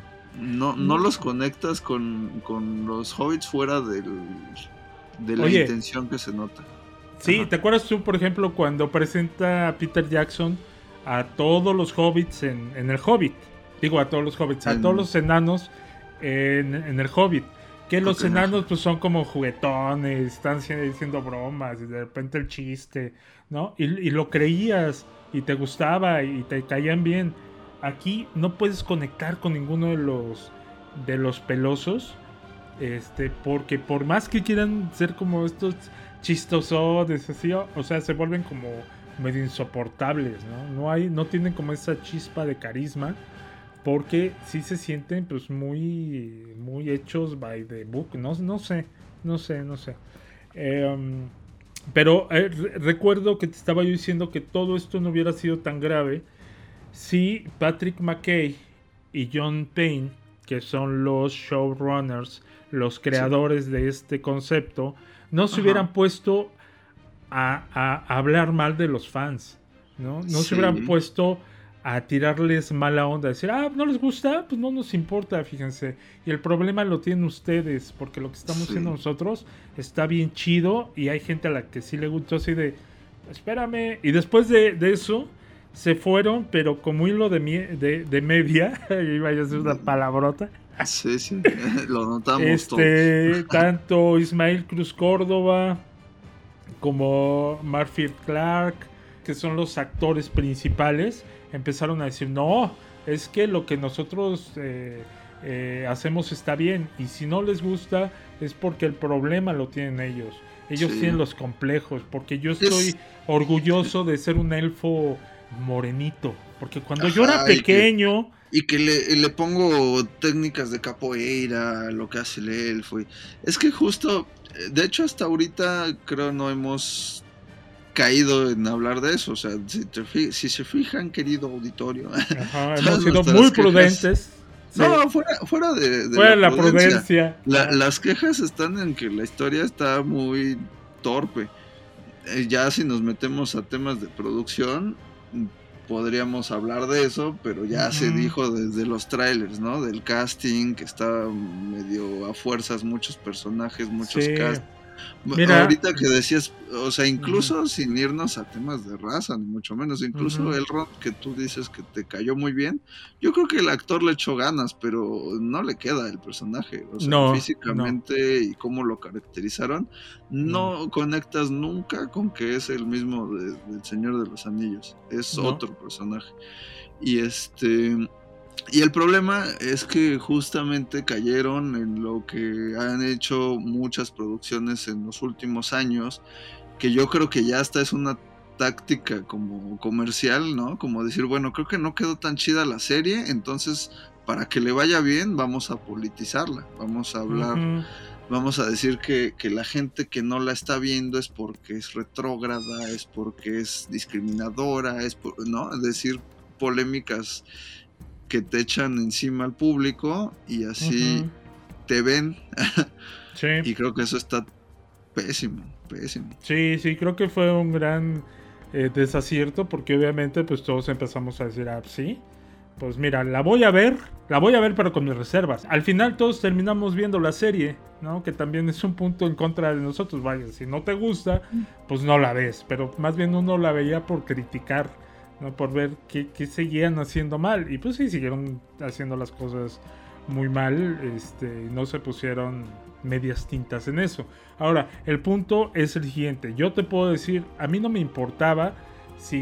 no, no los conectas con, con los hobbits fuera del, de la Oye. intención que se nota. Sí, Ajá. ¿te acuerdas tú, por ejemplo, cuando presenta a Peter Jackson a todos los hobbits en, en el Hobbit? Digo, a todos los hobbits, a En- todos los enanos en, en el Hobbit. Que los Ok, enanos ajá. pues son como juguetones, están haci- diciendo bromas y de repente el chiste, ¿no? Y, y lo creías y te gustaba y te caían bien. Aquí no puedes conectar con ninguno de los de los pelosos, este, porque por más que quieran ser como estos chistosones, así, o o sea, se vuelven como medio insoportables, ¿no? No hay, no tienen como esa chispa de carisma. Porque sí se sienten pues muy muy hechos by the book. No, no sé, no sé, no sé. Eh, um, pero eh, re- recuerdo que te estaba yo diciendo que todo esto no hubiera sido tan grave si Patrick McKay y John Payne, que son los showrunners, los creadores de este concepto, no se Ajá. hubieran puesto a, a- a hablar mal de los fans, ¿no? No se Sí. hubieran puesto a tirarles mala onda, a decir, ah, ¿no les gusta? Pues no nos importa, fíjense. Y el problema lo tienen ustedes, porque lo que estamos Sí. haciendo nosotros está bien chido y hay gente a la que sí le gustó, así de, espérame. Y después de, de eso, se fueron, pero como hilo de, mie- de, de media, iba a decir una palabrota, Sí, sí, lo notamos este, todos. tanto Ismael Cruz Córdoba como Marfield Clark, que son los actores principales, empezaron a decir, no, es que lo que nosotros eh, eh, hacemos está bien, y si no les gusta es porque el problema lo tienen ellos. Ellos Sí. tienen los complejos, porque yo estoy Es- orgulloso de ser un elfo morenito, porque cuando yo Ajá, era y que- pequeño... Y que le, le pongo técnicas de capoeira, lo que hace el elfo. y- Es que justo, eh, de hecho hasta ahorita creo no hemos caído en hablar de eso. O sea, si, te fi- si se fijan, querido auditorio. Ajá, todas hemos sido nuestras muy quejas- prudentes. No, Sí. fuera, fuera de, de Fuera la, la prudencia. prudencia. La- Ah. las quejas están en que la historia está muy torpe. Eh, ya si nos metemos a temas de producción, mm, podríamos hablar de eso, pero ya se Ujú. dijo desde los trailers, ¿no? Del casting, que está medio a fuerzas, muchos personajes, muchos Sí. cast. Mira. Ahorita que decías, o sea, incluso sin irnos a temas de raza, ni mucho menos, incluso Ujú. Elrond, que tú dices que te cayó muy bien, yo creo que el actor le echó ganas, pero no le queda el personaje, o sea, No, físicamente y cómo lo caracterizaron, no, conectas nunca con que es el mismo de- del Señor de los Anillos, es No. otro personaje. Y este... Y el problema es que justamente cayeron en lo que han hecho muchas producciones en los últimos años, que yo creo que ya hasta es una táctica como comercial, ¿no? Como decir, bueno, creo que no quedó tan chida la serie, entonces para que le vaya bien vamos a politizarla, vamos a hablar, Ujú. vamos a decir que, que la gente que no la está viendo es porque es retrógrada, es porque es discriminadora, es por, ¿no? Es decir, polémicas que te echan encima al público y así Ujú. te ven. Sí. Y creo que eso está pésimo, pésimo. Sí, sí, creo que fue un gran eh, desacierto, porque obviamente pues todos empezamos a decir, ah, sí, pues mira, la voy a ver, la voy a ver pero con mis reservas. Al final todos terminamos viendo la serie, ¿no? Que también es un punto en contra de nosotros. Vaya, si no te gusta, pues no la ves, pero más bien uno la veía por criticar, ¿no? Por ver qué, qué seguían haciendo mal. Y pues sí, siguieron haciendo las cosas muy mal, este, no se pusieron medias tintas en eso. Ahora, el punto es el siguiente. Yo te puedo decir, a mí no me importaba si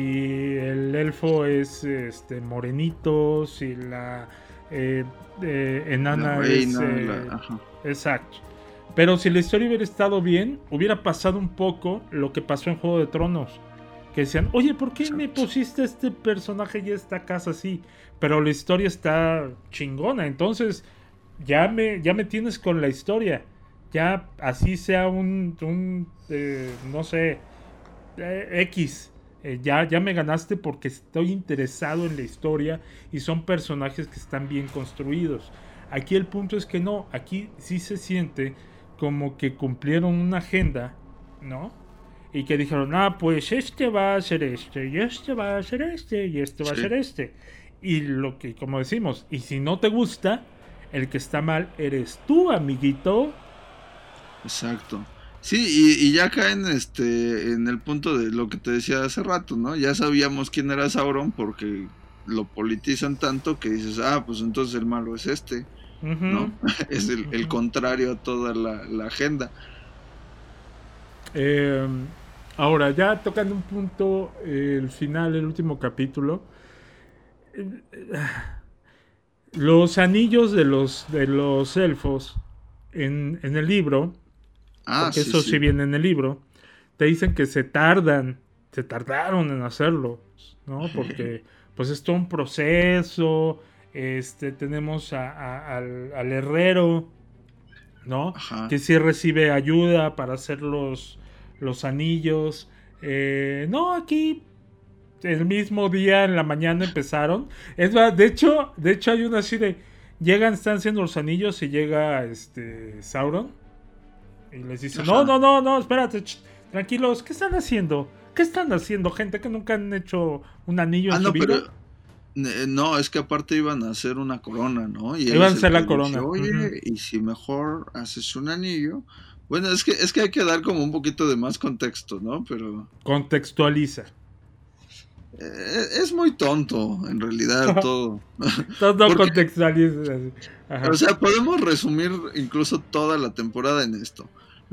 el elfo es este morenito, si la eh, eh, enana La es... reina, eh, la- ajá. Exacto. Pero si la historia hubiera estado bien, hubiera pasado un poco lo que pasó en Juego de Tronos. Que decían, oye, ¿por qué me pusiste este personaje y esta casa así? Pero la historia está chingona, entonces ya me, ya me tienes con la historia. Ya así sea un, un eh, no sé, eh, X. Eh, ya, ya me ganaste porque estoy interesado en la historia y son personajes que están bien construidos. Aquí el punto es que no, aquí sí se siente como que cumplieron una agenda, ¿no? Y que dijeron, ah, pues este va a ser este, y este va a ser este, y este va Sí. a ser este. Y lo que, como decimos, y si no te gusta, el que está mal eres tú, amiguito. Exacto. Sí, y, y ya caen este, en el punto de lo que te decía hace rato, ¿no? Ya sabíamos quién era Sauron porque lo politizan tanto que dices, ah, pues entonces el malo es este, uh-huh. ¿no? Es el, uh-huh. el contrario a toda la, la agenda. Eh, ahora, ya tocando un punto, eh, el final, el último capítulo, eh, los anillos de los, de los elfos en, en el libro, ah, porque sí, eso sí. sí viene en el libro, te dicen que se tardan, se tardaron en hacerlo, ¿no? Porque pues es todo un proceso, este, tenemos a, a, al, al herrero, ¿no? Ajá. Que sí recibe ayuda para hacer los, los anillos. Eh, no, aquí el mismo día en la mañana empezaron. Es verdad, de hecho, de hecho hay una así de llegan, están haciendo los anillos y llega este Sauron y les dice, Ajá. no, no, no, no, espérate, ch- tranquilos, ¿qué están haciendo? ¿Qué están haciendo, gente que nunca han hecho un anillo ah, en no, su vida? Pero... No, es que aparte iban a hacer una corona, ¿no? Y iban a hacer la corona. Dice, Oye, uh-huh. y si mejor haces un anillo. Bueno, es que es que hay que dar como un poquito de más contexto, ¿no? Pero contextualiza. Eh, es muy tonto, en realidad, todo. Todo Porque, contextualiza. Ajá. O sea, podemos resumir incluso toda la temporada en esto.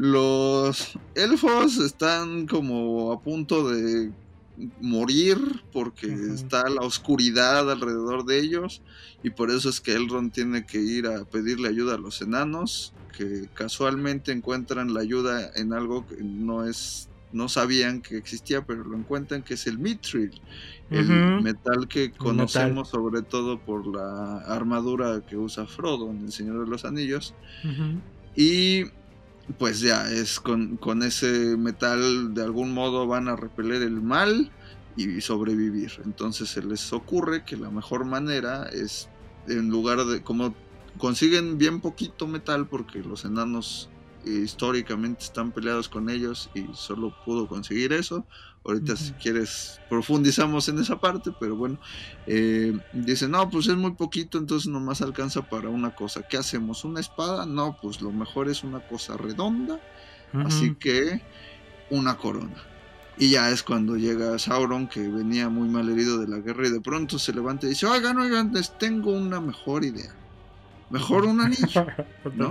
Los elfos están como a punto de morir porque uh-huh. está la oscuridad alrededor de ellos y por eso es que Elrond tiene que ir a pedirle ayuda a los enanos que casualmente encuentran la ayuda en algo que no es no sabían que existía, pero lo encuentran, que es el mithril, uh-huh. el metal que conocemos metal. Sobre todo por la armadura que usa Frodo en El Señor de los Anillos, uh-huh. y pues ya es con, con ese metal de algún modo van a repeler el mal y sobrevivir. Entonces se les ocurre que la mejor manera es, en lugar de, como consiguen bien poquito metal porque los enanos eh, históricamente están peleados con ellos y solo pudo conseguir eso. Ahorita uh-huh. si quieres profundizamos en esa parte, pero bueno, eh, dicen, no, pues es muy poquito, entonces nomás alcanza para una cosa. ¿Qué hacemos? ¿Una espada? No, pues lo mejor es una cosa redonda, uh-huh. así que una corona. Y ya es cuando llega Sauron, que venía muy mal herido de la guerra, y de pronto se levanta y dice, oigan, oigan, les tengo una mejor idea. Mejor un anillo, ¿no?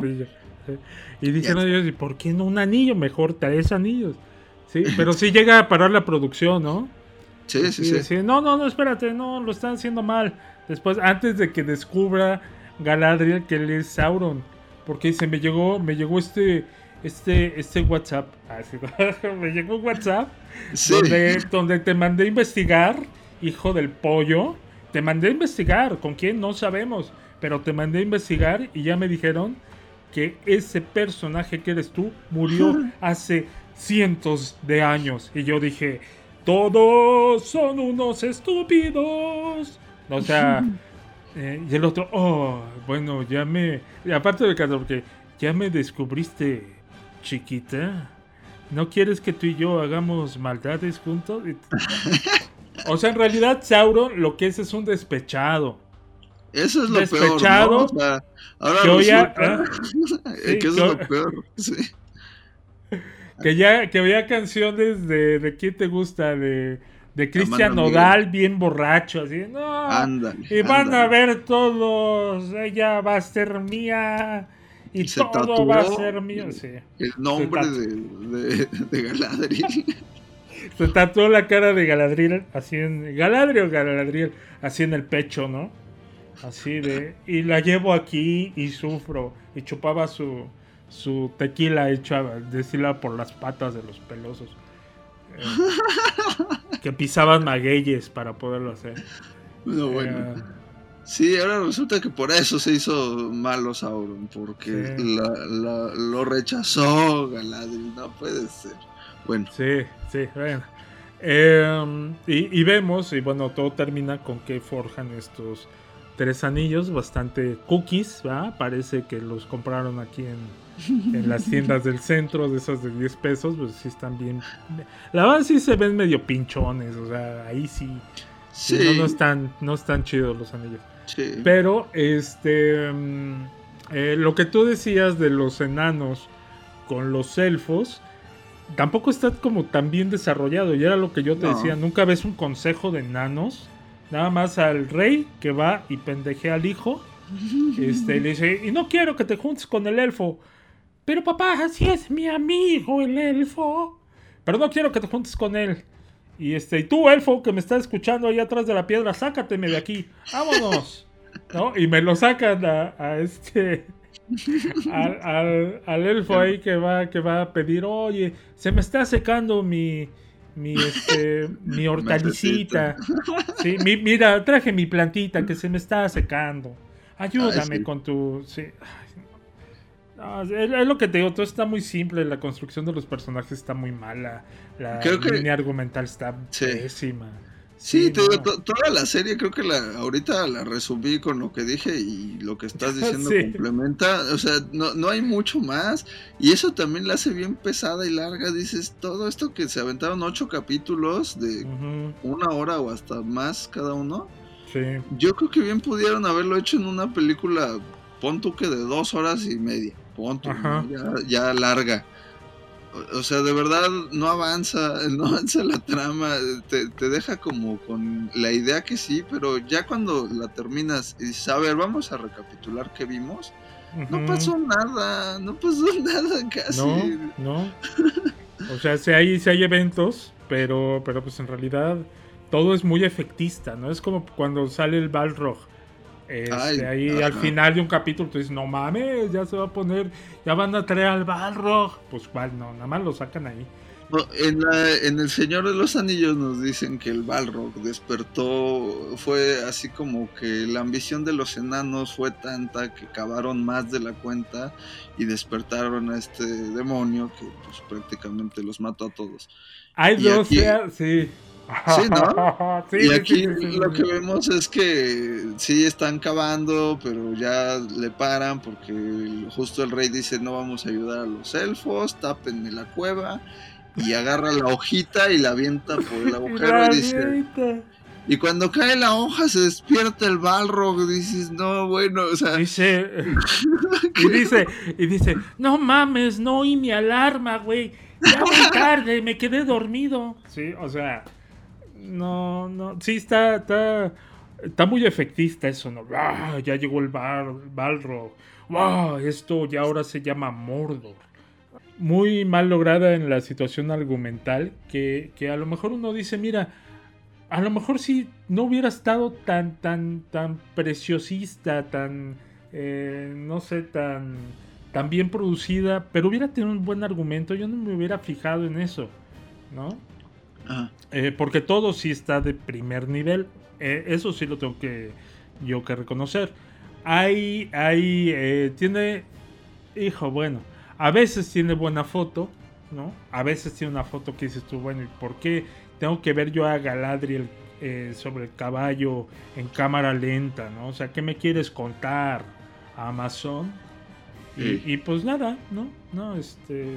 Y dicen ellos, ¿y por qué no un anillo? Mejor tres anillos. Sí, pero sí llega a parar la producción, ¿no? Sí, sí, sí. Decir, no, no, no, espérate, no, lo están haciendo mal. Después, antes de que descubra Galadriel que él es Sauron, porque dice, me llegó, me llegó este, este, este WhatsApp, ah, sí, me llegó un WhatsApp sí. donde, donde te mandé a investigar, hijo del pollo, te mandé a investigar, ¿con quién? No sabemos, pero te mandé a investigar y ya me dijeron que ese personaje que eres tú murió hace cientos de años. Y yo dije, todos son unos estúpidos. O sea, eh, y el otro, oh, bueno, ya me... Y aparte de cada porque ya me descubriste, chiquita. ¿No quieres que tú y yo hagamos maldades juntos? O sea, en realidad Sauron lo que es es un despechado. Eso es lo despechado, peor, ¿no? O sea, ahora que resulta oía, ¿eh? que eso que, es lo peor, sí. Que ya que había canciones de, de ¿quién te gusta? De, de Cristian Nodal, bien borracho, así, no, ándale, y van ándale. a ver todos, ella va a ser mía, y, y todo va a ser mío, sí. El nombre de, de, de Galadriel. Se tatuó la cara de Galadriel, así en, Galadriel o Galadriel, así en el pecho, ¿no? Así de, y la llevo aquí y sufro, y chupaba su... su tequila hecha destilada por las patas de los pelosos eh, que pisaban magueyes para poderlo hacer. No, bueno. Eh, sí, ahora resulta que por eso se hizo malo Sauron, porque sí. la, la, lo rechazó Galadriel, no puede ser. Bueno. Sí, sí, bueno. Eh, y, y vemos, y bueno, todo termina con que forjan estos tres anillos bastante cookies, ¿verdad? Parece que los compraron aquí en, en las tiendas del centro, de esos de diez pesos, pues sí están bien. La verdad sí se ven medio pinchones, o sea, ahí sí, sí. sí no, no están, no están chidos los anillos. Sí. Pero, este, eh, lo que tú decías de los enanos con los elfos tampoco está como tan bien desarrollado. Y era lo que yo te no. decía, nunca ves un consejo de enanos, nada más al rey que va y pendejea al hijo. Este, le dice, y no quiero que te juntes con el elfo. Pero papá, así es mi amigo el elfo. Pero no quiero que te juntes con él. Y este, y tú, elfo, que me estás escuchando ahí atrás de la piedra, sácateme de aquí. Vámonos. ¿No? Y me lo sacan a, a este al, al, al elfo ahí que va, que va a pedir, oye, se me está secando mi mi este mi hortalicita. Sí, mi, mira, traje mi plantita que se me está secando. Ayúdame Ay, sí. con tu sí. No, es, es lo que te digo, todo está muy simple, la construcción de los personajes está muy mala, la creo que... línea argumental está sí. pésima. Sí, sí te no. digo, to- toda la serie creo que la ahorita la resumí con lo que dije y lo que estás diciendo sí. complementa, o sea, no, no hay mucho más y eso también la hace bien pesada y larga, dices, todo esto que se aventaron ocho capítulos de uh-huh. una hora o hasta más cada uno, sí. yo creo que bien pudieron haberlo hecho en una película, pon tú que de dos horas y media, pon tú, ¿no? ya, ya larga. O sea, de verdad no avanza, no avanza la trama, te, te deja como con la idea que sí, pero ya cuando la terminas y dices, a ver, vamos a recapitular qué vimos, uh-huh. no pasó nada, no pasó nada casi. No, no. O sea, sí hay, sí hay eventos, pero, pero pues en realidad todo es muy efectista, ¿no? Es como cuando sale el Balrog. Este, Ay, ahí ajá. al final de un capítulo tú dices, no mames, ya se va a poner, ya van a traer al Balrog. Pues cuál, no, nada más lo sacan ahí. No, en, la, en El Señor de los Anillos nos dicen que el Balrog despertó, fue así como que la ambición de los enanos fue tanta que cavaron más de la cuenta y despertaron a este demonio que pues prácticamente los mató a todos. Hay dos, aquí... sí. Sí, ¿no? Sí, y aquí sí, sí, sí, lo sí. que vemos es que sí están cavando, pero ya le paran porque el, justo el rey dice no vamos a ayudar a los elfos, tápenme la cueva y agarra la hojita y la avienta por el agujero y dice... Y cuando cae la hoja se despierta el Balrog, dices, no, bueno, o sea... Dice, y dice, y dice, no mames, no oí mi alarma, güey, ya muy tarde, me quedé dormido. Sí, o sea... No, no, sí está, está, está muy efectista eso, ¿no? ¡Ah! Ya llegó el Bar, Balrog. ¡Wow! Esto ya ahora se llama Mordor. Muy mal lograda en la situación argumental, que, que a lo mejor uno dice, mira, a lo mejor si no hubiera estado tan, tan, tan preciosista, tan, eh, no sé, tan, tan bien producida, pero hubiera tenido un buen argumento, yo no me hubiera fijado en eso, ¿no? Eh, porque todo sí está de primer nivel, eh, eso sí lo tengo que yo que reconocer. Hay, hay, eh, tiene, hijo, bueno, a veces tiene buena foto, ¿no? A veces tiene una foto que dices tú, bueno, ¿y por qué tengo que ver yo a Galadriel eh, sobre el caballo en cámara lenta, ¿no? O sea, ¿qué me quieres contar, Amazon? Y, sí. y pues nada, ¿no? No, este...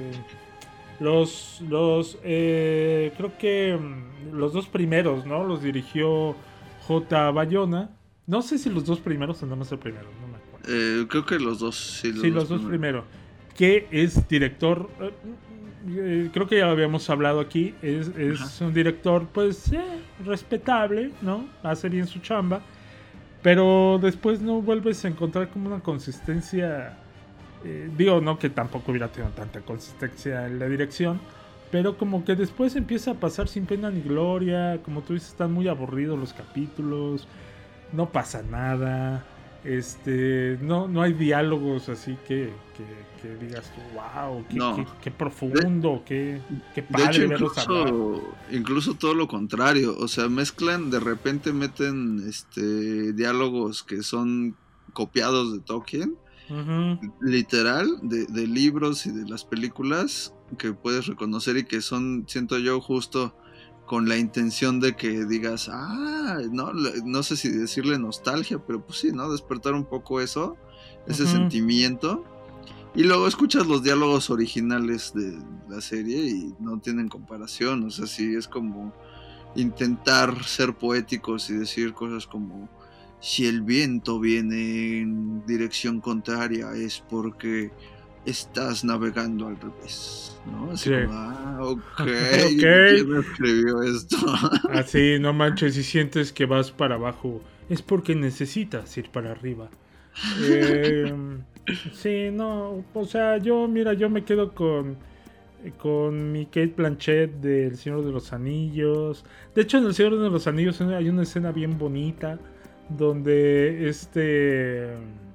Los, los, eh, creo que los dos primeros, ¿no? Los dirigió J. Bayona. No sé si los dos primeros o nada más el primero, no me acuerdo. Eh, creo que los dos, sí, los, sí, dos, los dos primeros. Que es director, eh, eh, creo que ya lo habíamos hablado aquí, es, es un director, pues, eh, respetable, ¿no? Hace bien su chamba, pero después no vuelves a encontrar como una consistencia... Eh, digo, no que tampoco hubiera tenido tanta consistencia en la dirección, pero como que después empieza a pasar sin pena ni gloria, como tú dices, están muy aburridos los capítulos, no pasa nada, este, no, no hay diálogos así que, que, que digas tú, wow, qué, no. qué, qué profundo, de, qué, qué padre de hecho, verlos hablar. Incluso todo lo contrario, o sea, mezclan, de repente meten este diálogos que son copiados de Tolkien. Uh-huh. Literal de, de libros y de las películas que puedes reconocer y que son, siento yo, justo con la intención de que digas, ah, no, no sé si decirle nostalgia, pero pues sí, ¿no? Despertar un poco eso, ese uh-huh. sentimiento, y luego escuchas los diálogos originales de la serie y no tienen comparación, o sea, sí es como intentar ser poéticos y decir cosas como si el viento viene en dirección contraria es porque estás navegando al revés, ¿no? Así sí. como, ah, ok, okay. ¿Quién escribió esto? Así, no manches, si sientes que vas para abajo, es porque necesitas ir para arriba. Eh, sí, no, o sea, yo, mira, yo me quedo con con mi Cate Blanchett del Señor de los Anillos. De hecho, en el Señor de los Anillos hay una escena bien bonita donde este...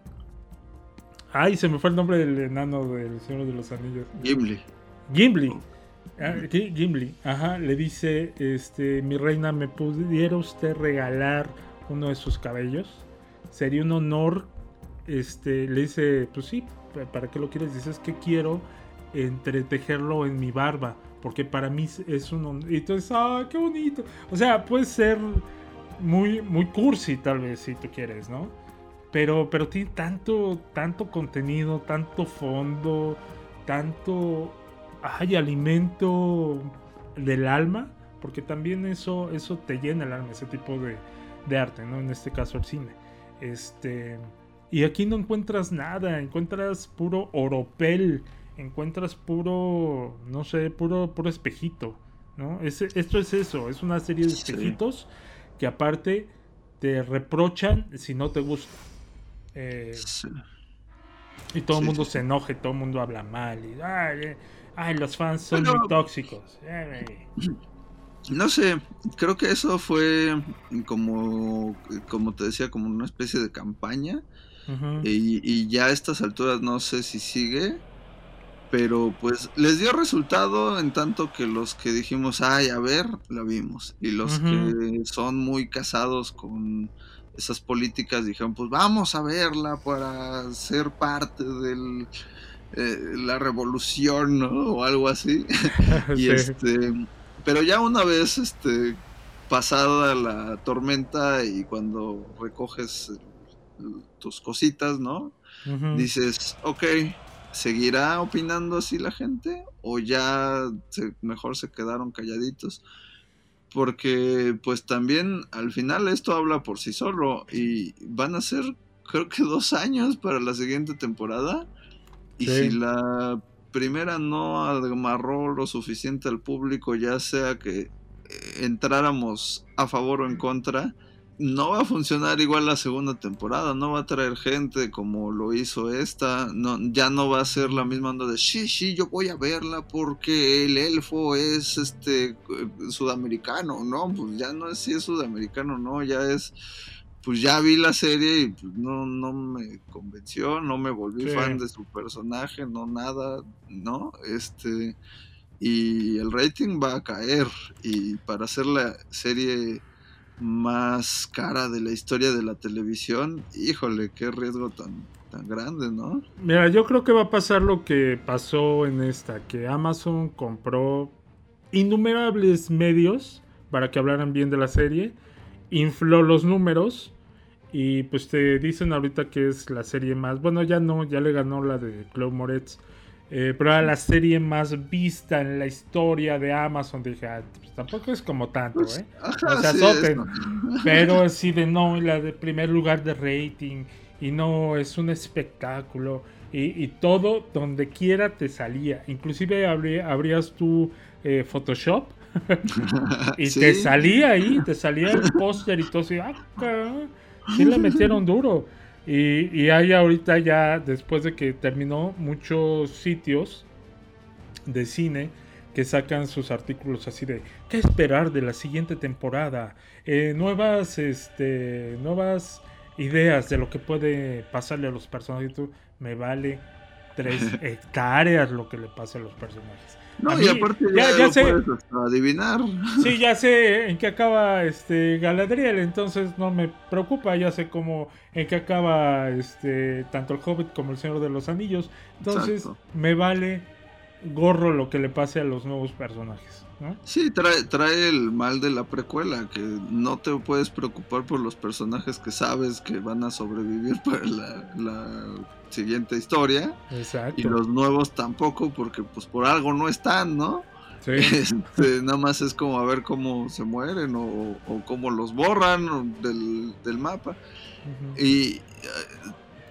Ay, se me fue el nombre del enano del Señor de los Anillos. Gimli. Gimli. Ah, Gimli, ajá, le dice, este, mi reina, ¿me pudiera usted regalar uno de sus cabellos? Sería un honor. Este, le dice, pues sí, ¿para qué lo quieres? Dice, es que quiero entretejerlo en mi barba, porque para mí es un honor. Y entonces, ah, qué bonito. O sea, puede ser muy, muy cursi tal vez, si tú quieres, ¿no? Pero, pero tiene tanto, tanto contenido, tanto fondo, tanto, ay, alimento del alma, porque también eso, eso te llena el alma, ese tipo de, de arte, ¿no? En este caso el cine. Este, y aquí no encuentras nada, encuentras puro oropel, encuentras puro, no sé, puro, puro espejito, ¿no? Es, esto es eso, es una serie de espejitos sí. que aparte te reprochan si no te gusta. Eh, sí. Y todo el sí, mundo sí. se enoja, todo el mundo habla mal. Y, ay, ay, los fans son Pero, muy tóxicos. No sé, creo que eso fue como, como te decía, como una especie de campaña. Uh-huh. Y, y ya a estas alturas no sé si sigue. Pero pues les dio resultado en tanto que los que dijimos, ay, a ver, la vimos. Y los uh-huh. que son muy casados con esas políticas dijeron, pues vamos a verla para ser parte de eh, la revolución, ¿no? O algo así. y sí. este, pero ya una vez este, pasada la tormenta y cuando recoges tus cositas, ¿no? Uh-huh. Dices, ok, ¿seguirá opinando así la gente? ¿O ya se, mejor se quedaron calladitos? Porque pues también al final esto habla por sí solo y van a ser creo que dos años para la siguiente temporada y sí. si la primera no amarró lo suficiente al público, ya sea que entráramos a favor o en contra, no va a funcionar igual la segunda temporada, no va a traer gente como lo hizo esta, no, ya no va a ser la misma onda de sí, sí, yo voy a verla porque el elfo es este sudamericano, no, pues ya no es si es sudamericano, no, ya es, pues ya vi la serie y pues no, no me convenció, no me volví sí. fan de su personaje, no nada, no, este, y el rating va a caer, y para hacer la serie más cara de la historia de la televisión, híjole, qué riesgo tan, tan grande, ¿no? Mira, yo creo que va a pasar lo que pasó en esta, que Amazon compró innumerables medios para que hablaran bien de la serie, infló los números y pues te dicen ahorita que es la serie más, bueno, ya no, ya le ganó la de Chloe Moretz, eh, pero era la serie más vista en la historia de Amazon. Dije, ah, pues tampoco es como tanto, pues, ¿eh? Ajá, o sea, sí, azoten, pero así de no, la de primer lugar de rating, y no, es un espectáculo, y, y todo donde quiera te salía, inclusive abrí, abrías tu eh, Photoshop y ¿sí? te salía ahí, te salía el póster y todo así, ah, sí le metieron duro. Y, y hay ahorita ya, después de que terminó, muchos sitios de cine que sacan sus artículos así de ¿qué esperar de la siguiente temporada? Eh, nuevas, este, nuevas ideas de lo que puede pasarle a los personajes. Tú, me vale tres hectáreas lo que le pasa a los personajes. No, a y mí, aparte ya, ya, ya lo sé, puedes hasta adivinar. Sí, ya sé en qué acaba este Galadriel, entonces no me preocupa, ya sé cómo en qué acaba este tanto el Hobbit como el Señor de los Anillos, entonces exacto. Me vale gorro lo que le pase a los nuevos personajes, ¿no? Sí, trae, trae el mal de la precuela, que no te puedes preocupar por los personajes que sabes que van a sobrevivir para la, la siguiente historia. Exacto. Y los nuevos tampoco, porque pues por algo no están, ¿no? Sí. Este, nada más es como a ver cómo se mueren o, o cómo los borran del, del mapa. Uh-huh. Y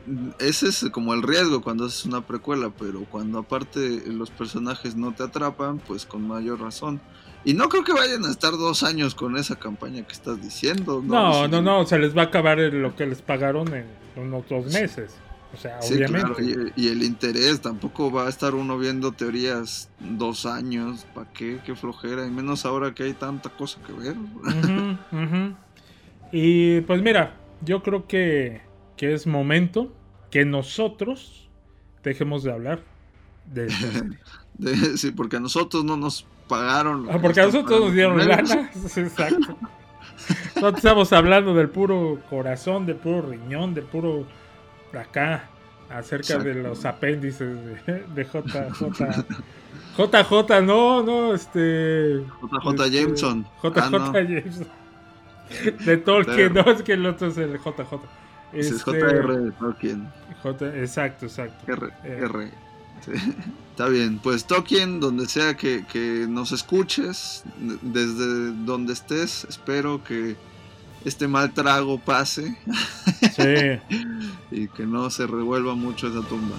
ese es como el riesgo cuando haces una precuela, pero cuando aparte los personajes no te atrapan, pues con mayor razón. Y no creo que vayan a estar dos años con esa campaña que estás diciendo. No, no, no, no, se les va a acabar lo que les pagaron en unos dos meses. O sea, sí, obviamente. Claro. Y, y el interés, tampoco va a estar uno viendo teorías dos años. ¿Para qué? Qué flojera. Y menos ahora que hay tanta cosa que ver. Uh-huh, uh-huh. Y pues mira, yo creo que, que es momento que nosotros dejemos de hablar de esto. de, sí, porque a nosotros no nos pagaron. Ah, porque a nosotros nos dieron lana. Exacto. Nosotros estamos hablando del puro corazón, del puro riñón, del puro acá, acerca Exacto. de los apéndices de, de J J. J J, no, no, este. J J este, Jameson. J J ah, no. Jameson. De Tolkien, Pero, no, es que el otro es el J J. Este, es J R de Tolkien. J, exacto, exacto. R, eh. R. Sí. Está bien, pues Tolkien, donde sea que, que nos escuches, desde donde estés, espero que este mal trago pase. Sí. Y que no se revuelva mucho esa tumba.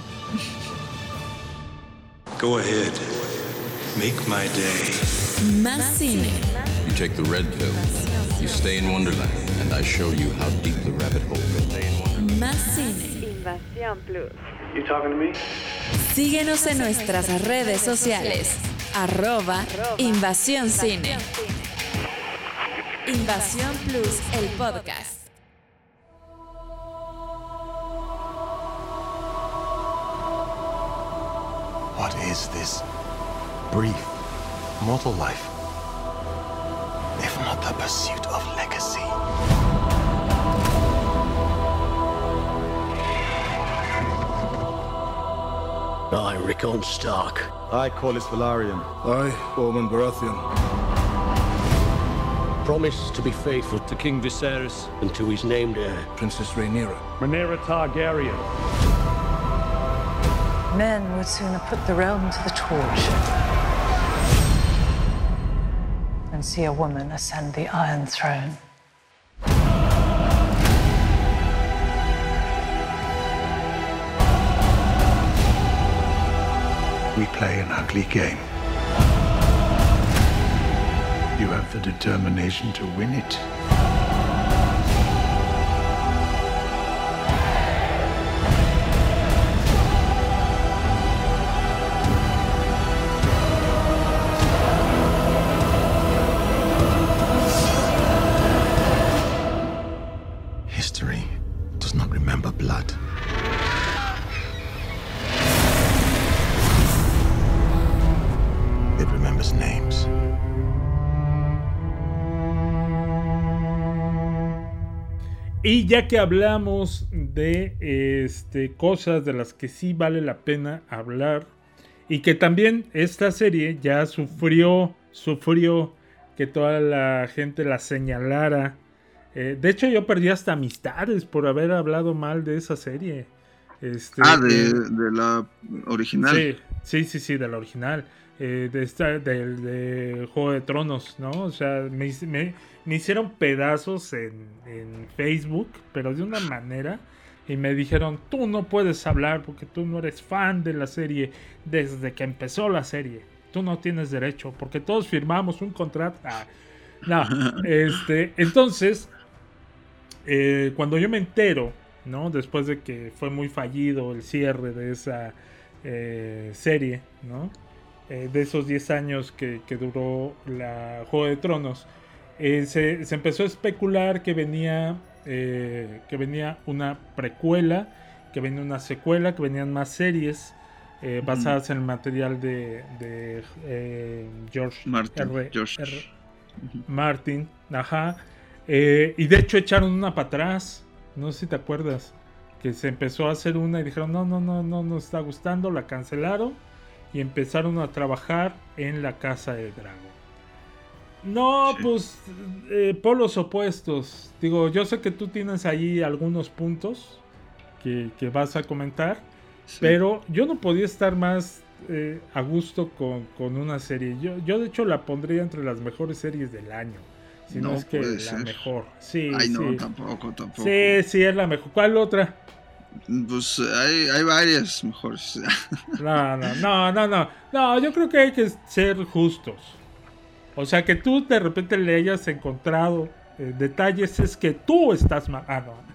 Go ahead. Make my day. Más cine. You take the red pill. You stay in Wonderland and I show you how deep the rabbit hole goes. Más cine. Invasión Plus. You talking to me? Síguenos en nuestras redes sociales. Arroba Invasión Cine. Invasión Plus, el podcast. What is this brief mortal life, if not the pursuit of legacy? I, Rickon Stark. I, Corlys Velaryon. I, Ormond Baratheon. Promise to be faithful to King Viserys and to his named heir, Princess Rhaenyra. Rhaenyra Targaryen. Men would sooner put the realm to the torch than see a woman ascend the Iron Throne. We play an ugly game. You have the determination to win it. History does not remember blood. It remembers names. Y ya que hablamos de este, cosas de las que sí vale la pena hablar, y que también esta serie ya sufrió, sufrió que toda la gente la señalara. Eh, de hecho, yo perdí hasta amistades por haber hablado mal de esa serie. Este, ah, de, eh, de la original. Sí, sí, sí, sí, de la original. Eh, de esta, del de Juego de Tronos, ¿no? O sea, me, me, me hicieron pedazos en, en Facebook, pero de una manera, y me dijeron, tú no puedes hablar porque tú no eres fan de la serie desde que empezó la serie. Tú no tienes derecho, porque todos firmamos un contrato. Ah, no, este, entonces, eh, cuando yo me entero, ¿no? Después de que fue muy fallido el cierre de esa eh, serie, ¿no? Eh, de esos diez años que, que duró la Juego de Tronos, eh, se, se empezó a especular que venía eh, que venía una precuela, que venía una secuela, que venían más series eh, mm. basadas en el material de, de eh, George Martin, R. George. R. Martin, ajá, eh, y de hecho echaron una para atrás, no sé si te acuerdas, que se empezó a hacer una y dijeron no, no, no, no nos está gustando, la cancelaron. Y empezaron a trabajar en la Casa del Dragón. No, sí. pues, eh, polos opuestos. Digo, yo sé que tú tienes ahí algunos puntos que, que vas a comentar. Sí. Pero yo no podía estar más eh, a gusto con, con una serie. Yo, yo, de hecho, la pondría entre las mejores series del año. Si no, no es que la ser. mejor. Sí, Ay, sí. no, tampoco, tampoco. Sí, sí, es la mejor. ¿Cuál otra? Pues hay, hay varias mejores. No, no, no, no, no. No, yo creo que hay que ser justos. O sea, que tú de repente le hayas encontrado eh, detalles, es que tú estás mal. Ah, no.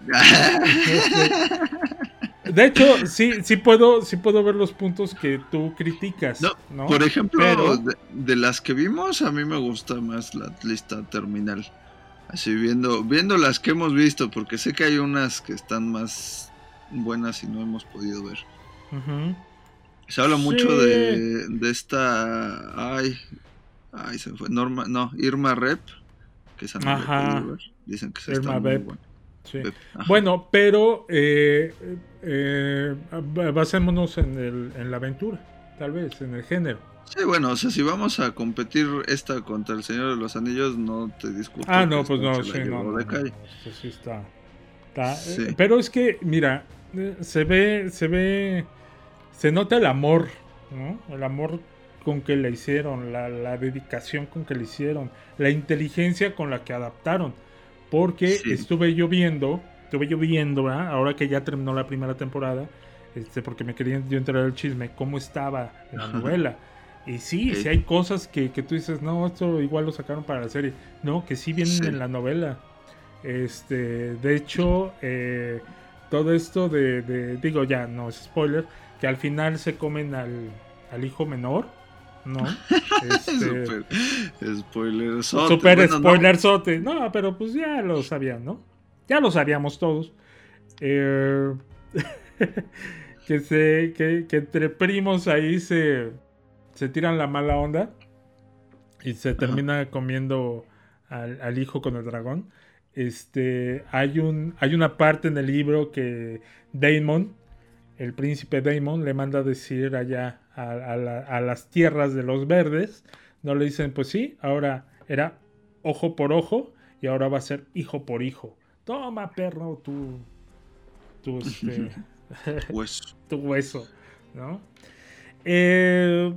De hecho, sí, sí puedo, sí puedo ver los puntos que tú criticas. No, ¿no? Por ejemplo, Pero... de, de las que vimos, a mí me gusta más la lista terminal. Así viendo, viendo las que hemos visto, porque sé que hay unas que están más buenas y no hemos podido ver. Uh-huh. Se habla mucho sí. de, de esta, ay, ay se fue, Norma, no, Irma Rep, que esa no la he podido ver. Dicen que se Irma está muy Bep. buena. Sí. Bueno, pero eh, eh, basémonos en, el, en la aventura, tal vez, en el género. Sí, bueno, o sea, si vamos a competir esta contra el Señor de los Anillos, no te discuto. Ah, no, pues no, sí, no, no, no, no, sí está, está sí. Eh, pero es que, mira, eh, se ve, se ve, se nota el amor, ¿no? El amor con que le hicieron, la, la dedicación con que le hicieron, la inteligencia con la que adaptaron. Porque sí. estuve yo viendo, estuve yo viendo, ¿verdad? Ahora que ya terminó la primera temporada, este, porque me quería yo enterar del chisme, cómo estaba la novela. Y sí, sí, sí hay cosas que, que tú dices, no, esto igual lo sacaron para la serie. No, que sí vienen sí. en la novela. Este, de hecho, eh, todo esto de, de, digo ya, no es spoiler, que al final se comen al, al hijo menor. No, este, super spoilerzote. Super bueno, spoilerzote. No. no, pero pues ya lo sabían, ¿no? Ya lo sabíamos todos. Eh, que se que, que entre primos ahí se, se tiran la mala onda y se termina Ajá. comiendo al, al hijo con el dragón. Este, hay un hay una parte en el libro que Daemon, el príncipe Daemon, le manda a decir allá a, a, la, a las tierras de los verdes. No le dicen, pues sí, ahora era ojo por ojo y ahora va a ser hijo por hijo. Toma, perro, tu tu este hueso. tu hueso, ¿no? Eh,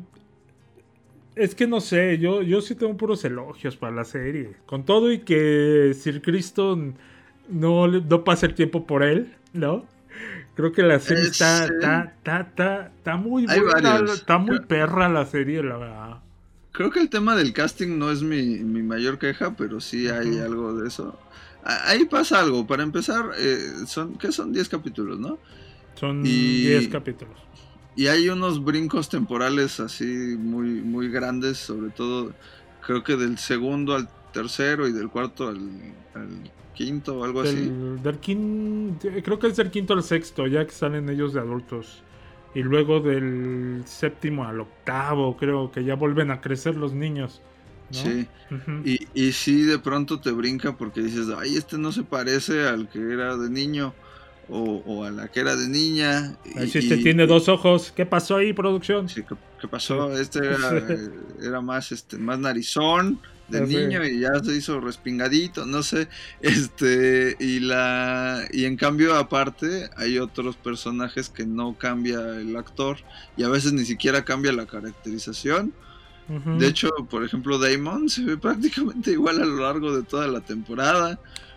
es que no sé, yo, yo sí tengo puros elogios para la serie. Con todo y que Sir Criston no, no pasa el tiempo por él, ¿no? Creo que la serie es, está, eh, está, está, está, está muy buena, está muy perra la serie, la verdad. Creo que el tema del casting no es mi, mi mayor queja, pero sí hay uh-huh. algo de eso. Ahí pasa algo. Para empezar, eh, son ¿qué son? diez capítulos, ¿no? Son diez capítulos. Y hay unos brincos temporales así muy, muy grandes, sobre todo creo que del segundo al tercero y del cuarto al, al quinto o algo del, así. Del quinto, creo que es del quinto al sexto, ya que salen ellos de adultos. Y luego del séptimo al octavo, creo que ya vuelven a crecer los niños, ¿no? Sí, uh-huh. y, y sí de pronto te brinca porque dices, ay, este no se parece al que era de niño o, o a la que era de niña. Ay, si este tiene dos ojos, ¿qué pasó ahí, producción? Sí, ¿qué, qué pasó? Este era, era más, este, más narizón de sí. niño y ya se hizo respingadito, no sé, este, y la y en cambio aparte hay otros personajes que no cambia el actor y a veces ni siquiera cambia la caracterización. Uh-huh. De hecho, por ejemplo, Daemon se ve prácticamente igual a lo largo de toda la temporada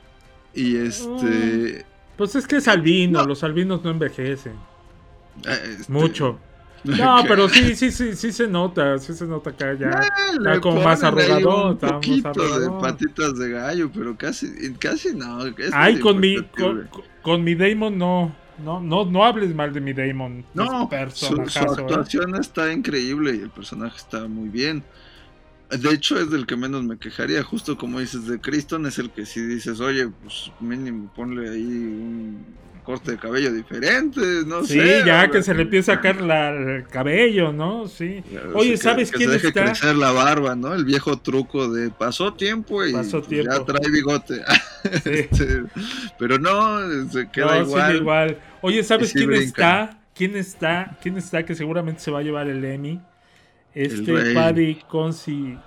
y este... Uh, pues es que es albino, no. Los albinos no envejecen este... mucho. No, pero sí, sí, sí, sí se nota, sí se nota acá ya, eh, está como más arrugado, un poquito de patitas de gallo, pero casi, casi no. Ay, con mi, con, con mi Daemon no, no, no, no hables mal de mi Daemon. No, su, su actuación eh. está increíble y el personaje está muy bien. De hecho es del que menos me quejaría, justo como dices de Criston, es el que si dices, oye, pues mínimo ponle ahí un corte de cabello diferente, no sí, sé. Sí, ya que se le empieza a sacar la, el cabello, ¿no? Sí. Oye, que, ¿sabes que quién se deje está? crecer la barba, ¿no? El viejo truco de pasó tiempo y pasó pues, tiempo. ya trae bigote. Sí. este, pero no, se queda no, igual. Sí, igual. Oye, ¿sabes sí quién brinca. está? ¿Quién está? ¿Quién está que seguramente se va a llevar el Emmy? Este Paddy Considine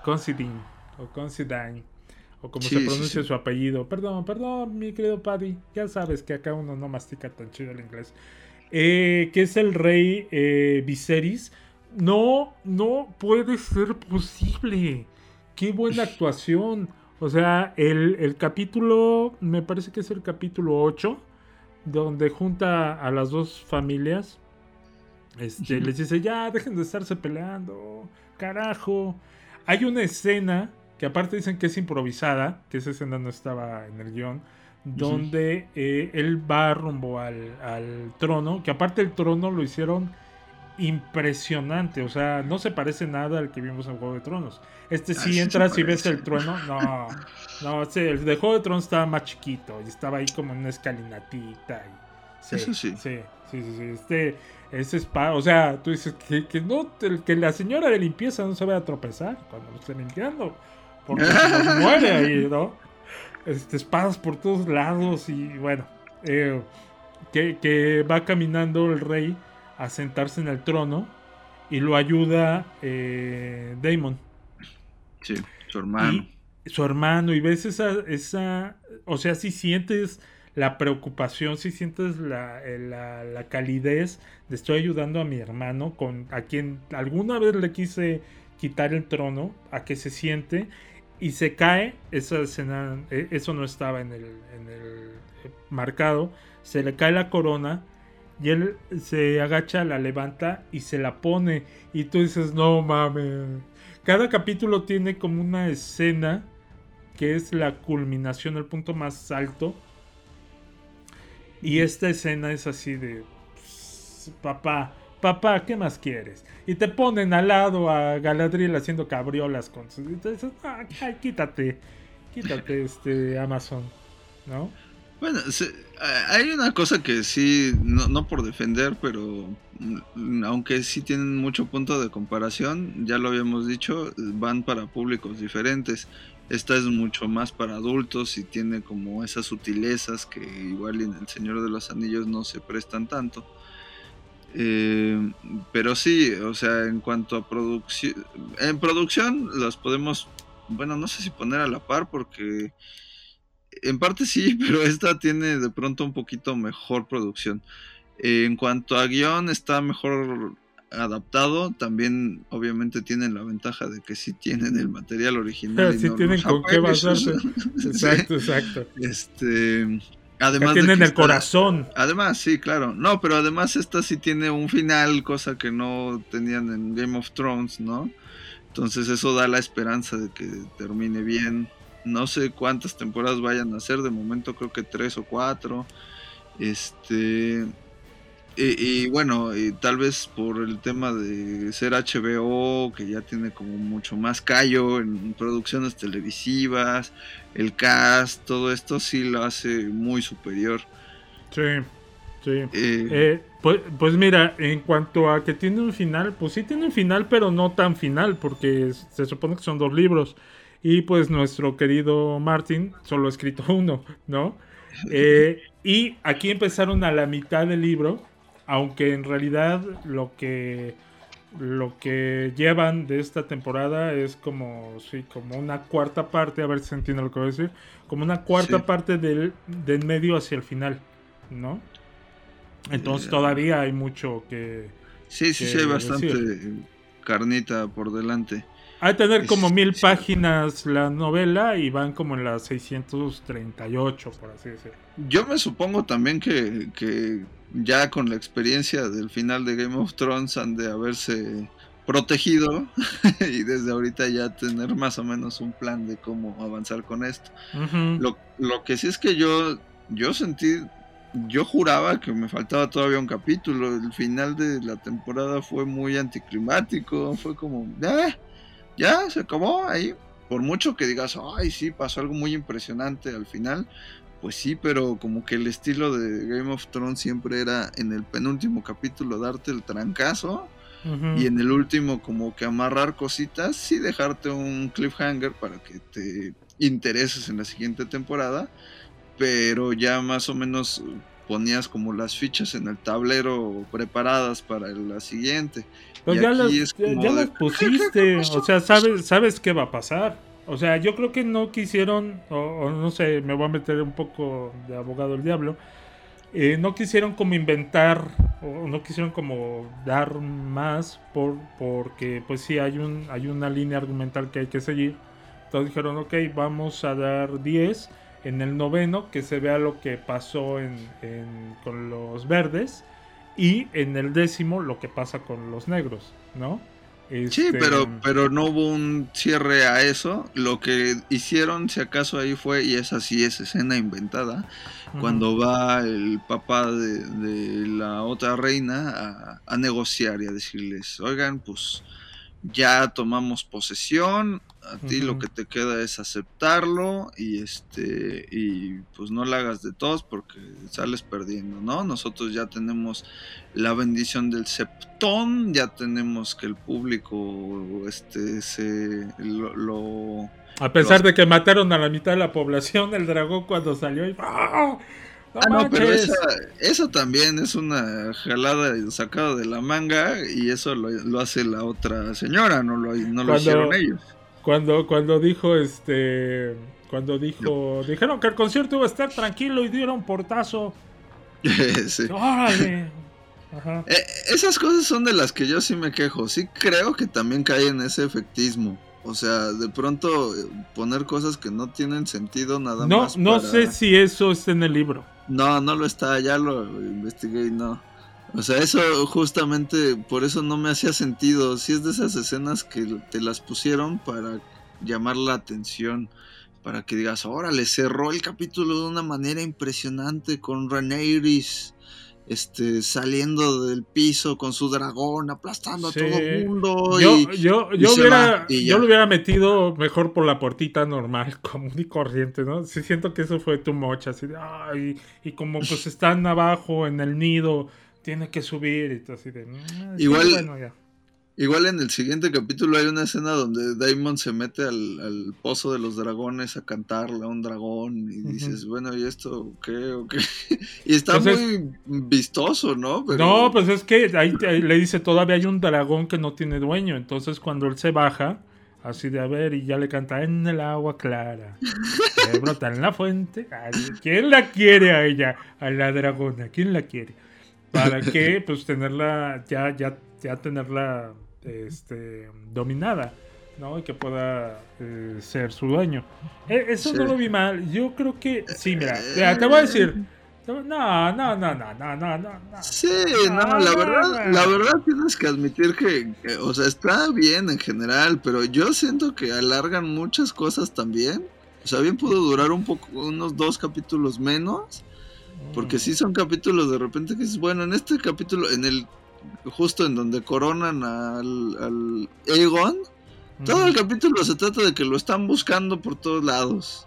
o Considine o como sí, se pronuncia sí, sí. su apellido. Perdón, perdón, mi querido Paddy. Ya sabes que acá uno no mastica tan chido el inglés. Eh, que es el rey eh, Viserys. No, no puede ser posible. Qué buena actuación. O sea, el, el capítulo, me parece que es el capítulo ocho, donde junta a las dos familias. Este, les dice, ya, dejen de estarse peleando, carajo. Hay una escena, que aparte dicen que es improvisada, que esa escena no estaba en el guión, donde uh-huh. eh, él va rumbo al, al trono, que aparte el trono lo hicieron impresionante, o sea, no se parece nada al que vimos en Juego de Tronos. Este sí, sí entras y ves el trueno, no, no, sí, el de Juego de Tronos estaba más chiquito y estaba ahí como en una escalinatita. Y, sí, Eso sí. Sí, sí, sí, sí. Este, ese espada, o sea, tú dices que, que no, que la señora de limpieza no se vaya a tropezar cuando lo esté limpiando, porque se nos muere ahí, ¿no? Este, espadas por todos lados y bueno, eh, que, que va caminando el rey a sentarse en el trono y lo ayuda eh, Daemon. Sí, su hermano. Y, su hermano, y ves esa, esa, o sea, si sientes la preocupación, si sientes la, la, la calidez de estoy ayudando a mi hermano, con a quien alguna vez le quise quitar el trono, a que se siente, y se cae, esa escena, eso no estaba en el, en el marcado, se le cae la corona, y él se agacha, la levanta y se la pone. Y tú dices, no mames. Cada capítulo tiene como una escena que es la culminación, el punto más alto. Y esta escena es así de... Papá, papá, ¿qué más quieres? Y te ponen al lado a Galadriel haciendo cabriolas con sus... Y tú dices, ah, ay, quítate, quítate este Amazon, ¿no? Bueno, se, hay una cosa que sí, no, no por defender, pero aunque sí tienen mucho punto de comparación, ya lo habíamos dicho, van para públicos diferentes. Esta es mucho más para adultos y tiene como esas sutilezas que igual en El Señor de los Anillos no se prestan tanto. Eh, pero sí, o sea, en cuanto a producción, en producción las podemos, bueno, no sé si poner a la par porque... En parte sí, pero esta tiene de pronto un poquito mejor producción. Eh, en cuanto a guión, está mejor adaptado. También, obviamente, tienen la ventaja de que sí tienen el material original. Sí, y no tienen con qué basarse. Exacto, sí. exacto. Este, además que tienen de que el está, corazón. Además, sí, claro. No, pero además esta sí tiene un final, cosa que no tenían en Game of Thrones, ¿no? Entonces eso da la esperanza de que termine bien. No sé cuántas temporadas vayan a hacer, de momento creo que tres o cuatro. Este y, y bueno, y tal vez por el tema de ser H B O, que ya tiene como mucho más callo en producciones televisivas, el cast, todo esto sí lo hace muy superior. Sí, sí. Eh, eh, pues, pues mira, en cuanto a que tiene un final, pues sí tiene un final, pero no tan final, porque se supone que son dos libros. Y pues nuestro querido Martin solo ha escrito uno, ¿no? Eh, y aquí empezaron a la mitad del libro, aunque en realidad lo que lo que llevan de esta temporada es como, sí, como una cuarta parte, a ver si se entiende lo que voy a decir, como una cuarta sí. parte del, del medio hacia el final, ¿no? Entonces yeah. todavía hay mucho que... Sí, sí, que sí, hay bastante decir. Carnita por delante. Hay que tener como mil páginas la novela y van como en las seiscientos treinta y ocho, por así decirlo. Yo me supongo también que, que ya con la experiencia del final de Game of Thrones han de haberse protegido y desde ahorita ya tener más o menos un plan de cómo avanzar con esto. Uh-huh. Lo, lo que sí es que yo, yo sentí, yo juraba que me faltaba todavía un capítulo. El final de la temporada fue muy anticlimático, fue como... ¡eh! Ya, se acabó ahí. Por mucho que digas, ay, sí, pasó algo muy impresionante al final. Pues sí, pero como que el estilo de Game of Thrones siempre era en el penúltimo capítulo darte el trancazo. Uh-huh. Y en el último como que amarrar cositas. Sí, dejarte un cliffhanger para que te intereses en la siguiente temporada. Pero ya más o menos ponías como las fichas en el tablero preparadas para la siguiente. Pues ya las, ya, ya las pusiste, o sea, sabes, sabes qué va a pasar. O sea, yo creo que no quisieron, o, o no sé, me voy a meter un poco de abogado del diablo, eh, no quisieron como inventar, o no quisieron como dar más, por porque pues sí hay un hay una línea argumental que hay que seguir. Entonces dijeron, ok, vamos a dar diez, en el noveno que se vea lo que pasó en, en, con los verdes, y en el décimo lo que pasa con los negros, ¿no? Este... Sí, pero, pero no hubo un cierre a eso. Lo que hicieron, si acaso ahí fue, y esa sí es escena inventada, uh-huh. cuando va el papá de, de la otra reina a, a negociar y a decirles, oigan, pues ya tomamos posesión, a ti uh-huh. lo que te queda es aceptarlo y este y pues no la hagas de todos porque sales perdiendo, ¿no? Nosotros ya tenemos la bendición del septón, ya tenemos que el público este se lo, lo a pesar los... de que mataron a la mitad de la población el dragón cuando salió y ¡ah! No, ah, no, pero esa, eso también es una jalada sacada de la manga y eso lo, lo hace la otra señora, no lo, no lo cuando, hicieron ellos. Cuando, cuando dijo, este, cuando dijo, no. dijeron que el concierto iba a estar tranquilo y dieron portazo. Sí. ¡Órale! Ajá. Eh, esas cosas son de las que yo sí me quejo, sí creo que también cae en ese efectismo. O sea, de pronto poner cosas que no tienen sentido nada no, más. No para... sé si eso está en el libro. No, no lo está, ya lo investigué y no. O sea, eso justamente por eso no me hacía sentido. Si es de esas escenas que te las pusieron para llamar la atención, para que digas, órale, cerró el capítulo de una manera impresionante con Rhaenyra este, saliendo del piso con su dragón, aplastando sí. a todo el mundo. Yo, y, yo, yo, y hubiera, yo lo hubiera metido mejor por la puertita normal, común y corriente, ¿no? Sí siento que eso fue too much, así de, ay, y como pues están abajo en el nido, tiene que subir, y todo así de... Ah, igual, sí, bueno, ya. Igual en el siguiente capítulo hay una escena donde Daemon se mete al, al pozo de los dragones a cantarle a un dragón y uh-huh. dices, bueno, ¿y esto qué? ¿O qué? Y está Entonces, muy vistoso, ¿no? Pero... No, pues es que ahí, ahí le dice, todavía hay un dragón que no tiene dueño. Entonces cuando él se baja, así de a ver, y ya le canta en el agua clara, le brota en la fuente. ¿Quién la quiere a ella? A la dragona, ¿quién la quiere? ¿Para qué? Pues tenerla, ya, ya, ya tenerla... Este, dominada, ¿no? Y que pueda eh, ser su dueño. Eh, eso sí. No lo vi mal. Yo creo que sí, mira, mira te voy a decir. No, no, no, no, no, no, no, no. Sí, no, no la verdad, no. la verdad tienes que admitir que, que, o sea, está bien en general, pero yo siento que alargan muchas cosas también. O sea, bien pudo durar un poco, unos dos capítulos menos, porque sí son capítulos de repente que dices, bueno, en este capítulo, en el justo en donde coronan al, al Aegon, mm. todo el capítulo se trata de que lo están buscando por todos lados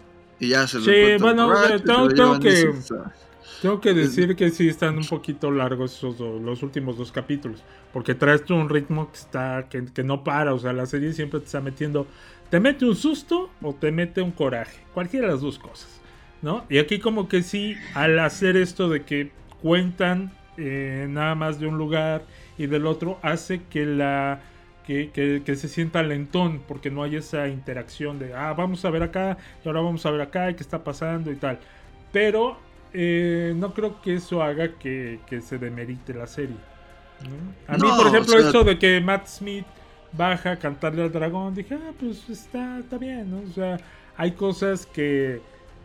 y ya se lo sí, bueno, Rat, tengo, tengo que tengo que decir es... que sí están un poquito largos esos dos, los últimos dos capítulos, porque traes un ritmo que está que, que no para, o sea, la serie siempre te está metiendo, te mete un susto o te mete un coraje, cualquiera de las dos cosas, ¿no? Y aquí como que sí, al hacer esto de que cuentan Eh, nada más de un lugar y del otro, hace que la que, que, que se sienta lentón, porque no hay esa interacción de ah, vamos a ver acá y ahora vamos a ver acá y qué está pasando y tal, pero eh, no creo que eso haga que, que se demerite la serie, ¿no? A no, mí por ejemplo o sea... esto de que Matt Smith baja a cantarle al dragón, dije ah, pues está, está bien, ¿no? O sea, hay cosas que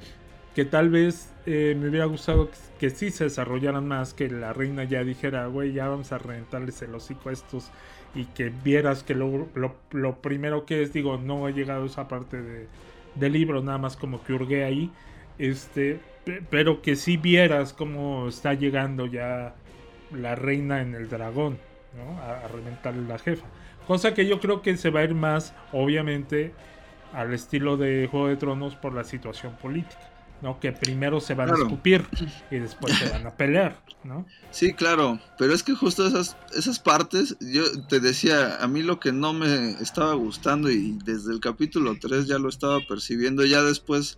que tal vez eh, me hubiera gustado que, que sí se desarrollaran más, que la reina ya dijera, güey, ya vamos a reventarles el hocico a estos, y que vieras que lo, lo, lo primero que es, digo, no he llegado a esa parte de, del libro, nada más como que hurgué ahí, este, pero que sí vieras cómo está llegando ya la reina en el dragón, ¿no? A, a reventarle la jefa, cosa que yo creo que se va a ir más, obviamente, al estilo de Juego de Tronos por la situación política, ¿no? Que primero se van claro. a escupir y después se van a pelear, ¿no? Sí, claro, pero es que justo esas, esas partes, yo te decía, a mí lo que no me estaba gustando, y desde el capítulo tres ya lo estaba percibiendo, ya después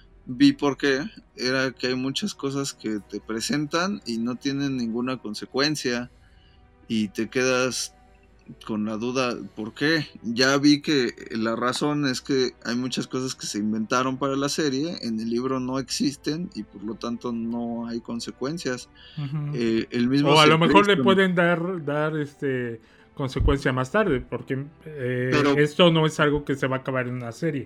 vi por qué, era que hay muchas cosas que te presentan y no tienen ninguna consecuencia, y te quedas con la duda, ¿por qué? Ya vi que la razón es que hay muchas cosas que se inventaron para la serie, en el libro no existen y por lo tanto no hay consecuencias. Uh-huh. Eh, el mismo o a lo mejor le pueden dar, dar este consecuencia más tarde, porque eh, Pero, esto no es algo que se va a acabar en una serie.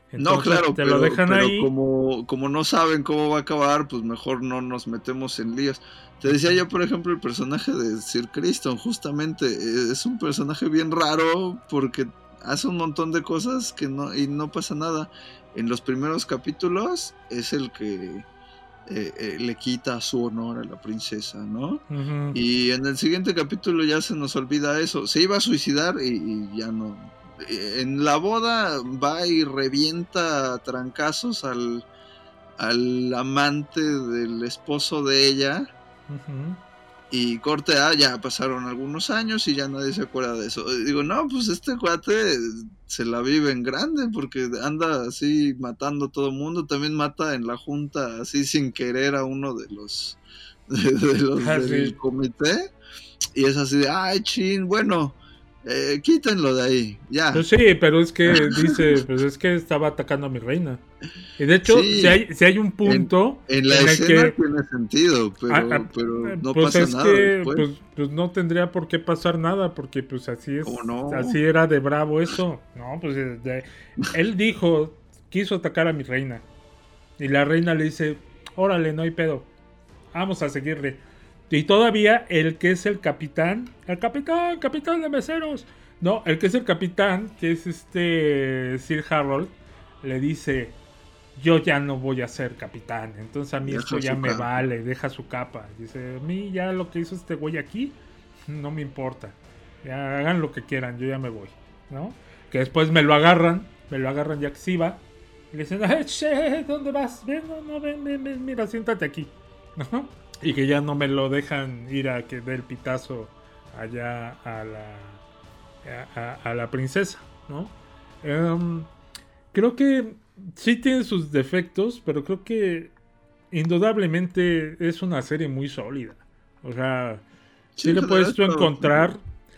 Entonces, no, claro, te pero, lo dejan pero ahí. Como, como no saben cómo va a acabar, pues mejor no nos metemos en líos. Te decía yo, por ejemplo, el personaje de Sir Criston, justamente, es un personaje bien raro porque hace un montón de cosas que no y no pasa nada. En los primeros capítulos es el que eh, eh, le quita su honor a la princesa, ¿no? Uh-huh. Y en el siguiente capítulo ya se nos olvida eso. Se iba a suicidar y, y ya no. En la boda va y revienta a trancazos al, al amante del esposo de ella. Uh-huh. Y corte A, ya pasaron algunos años y ya nadie se acuerda de eso. Digo, no, pues este cuate se la vive en grande porque anda así matando a todo mundo. También mata en la junta así sin querer a uno de los, de, de los del comité. Y es así de, ay, chin, bueno, eh, quítenlo de ahí, ya. Pues sí, pero es que dice, pues es que estaba atacando a mi reina. Y de hecho, sí, si, hay, si hay un punto en, en la en escena el que tiene sentido, pero, ah, pero no pues pasa es nada que, pues, pues no tendría por qué pasar nada, porque pues así es, no? así era de bravo eso. No, pues de, él dijo, quiso atacar a mi reina. Y la reina le dice, órale, no hay pedo, vamos a seguirle. Y todavía el que es el capitán, el capitán, capitán de meseros, no, el que es el capitán, que es este Sir Harold, le dice, yo ya no voy a ser capitán, entonces a mí deja esto ya me capa. vale, deja su capa. Dice, a mí ya lo que hizo este güey aquí, no me importa, ya hagan lo que quieran, yo ya me voy, ¿no? Que después me lo agarran, me lo agarran ya que sí va, y le dicen, hey, che, ¿dónde vas? Ven, no, no, ven, ven, ven, mira, siéntate aquí, ¿no? Y que ya no me lo dejan ir a que dé el pitazo allá a la a, a, a la princesa, ¿no? Um, creo que sí tiene sus defectos, pero creo que indudablemente es una serie muy sólida. O sea, sí, sí le puedes tú encontrar,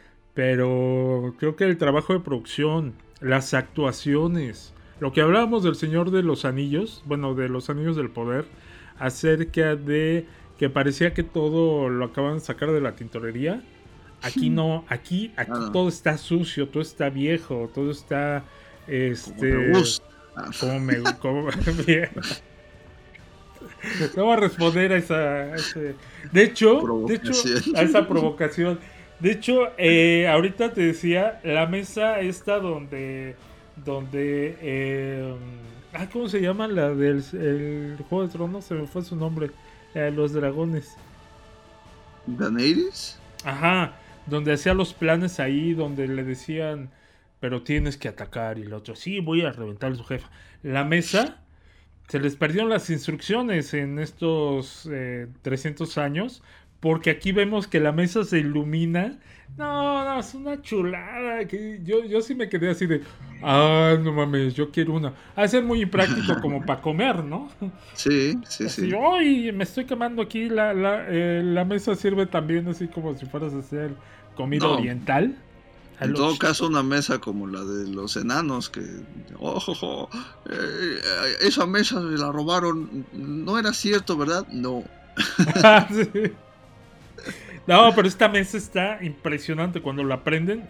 pero creo que el trabajo de producción, las actuaciones, lo que hablábamos del Señor de los Anillos, bueno, de los Anillos del Poder, acerca de que parecía que todo lo acaban de sacar de la tintorería. Aquí no, aquí, aquí ah. todo está sucio, todo está viejo, todo está este como me gusta. Como me como bien. No voy a responder a esa a ese, de hecho, de hecho a esa provocación. De hecho, eh, ahorita te decía la mesa esta donde donde eh, ah, ¿cómo se llama la del el Juego de Tronos? Se me fue su nombre. Eh, los dragones. ¿Daenerys? Ajá, donde hacía los planes ahí, donde le decían, pero tienes que atacar, y el otro, sí, voy a reventar a su jefa. La mesa, se les perdieron las instrucciones en estos eh, trescientos años, porque aquí vemos que la mesa se ilumina. No, no, es una chulada. Que yo, yo sí me quedé así de, ah, no mames, yo quiero una. Ha de ser muy impráctico como para comer, ¿no? Sí, sí, así, sí. ¡ay! Me estoy quemando aquí. La, la, eh, la mesa sirve también así como si fueras a hacer comida no. oriental. En todo caso, una mesa como la de los enanos, que, ojo, oh, oh, eh, esa mesa se la robaron. No era cierto, ¿verdad? No. Sí. No, pero esta mesa está impresionante. Cuando la prenden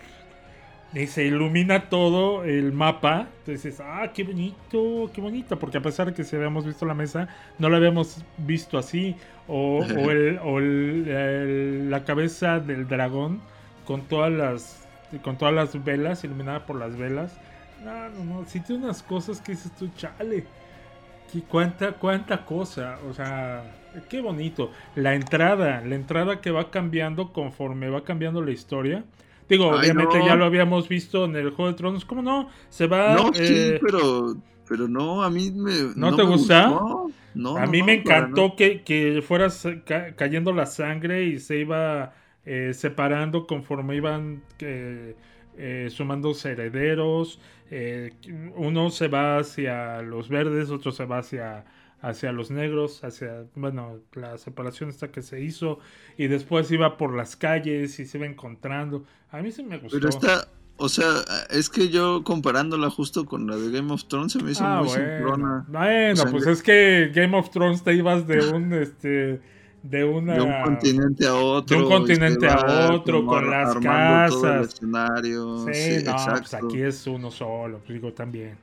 y se ilumina todo el mapa, entonces, ah, qué bonito, qué bonita, porque a pesar de que se habíamos visto la mesa, no la habíamos visto así, o, o, el, o el, el, la cabeza del dragón con todas las con todas las velas, iluminada por las velas. No, no, no, sí tiene unas cosas que dices tú, chale, ¿qué, cuánta, cuánta cosa, o sea, qué bonito. La entrada, la entrada que va cambiando conforme va cambiando la historia. Digo, Ay, obviamente no. ya lo habíamos visto en el Juego de Tronos. ¿Cómo no? Se va... No, eh... sí, pero, pero no, a mí me... ¿No, no te me gusta? Gustó. No, a mí no, me encantó no. que, que fuera ca- cayendo la sangre y se iba eh, separando conforme iban eh, eh, sumándose herederos. Eh, uno se va hacia los verdes, otro se va hacia... hacia los negros, hacia, bueno, la separación esta que se hizo, y después iba por las calles y se iba encontrando. A mí sí me gustó. Pero esta, o sea, es que yo comparándola justo con la de Game of Thrones se me hizo ah, muy bueno. simplona. Bueno, o sea, pues es que Game of Thrones te ibas de un, este, de una... De un continente a otro. De un continente a otro, con las casas. Todo el escenario. Sí, sí no, exacto. pues aquí es uno solo, pues digo también.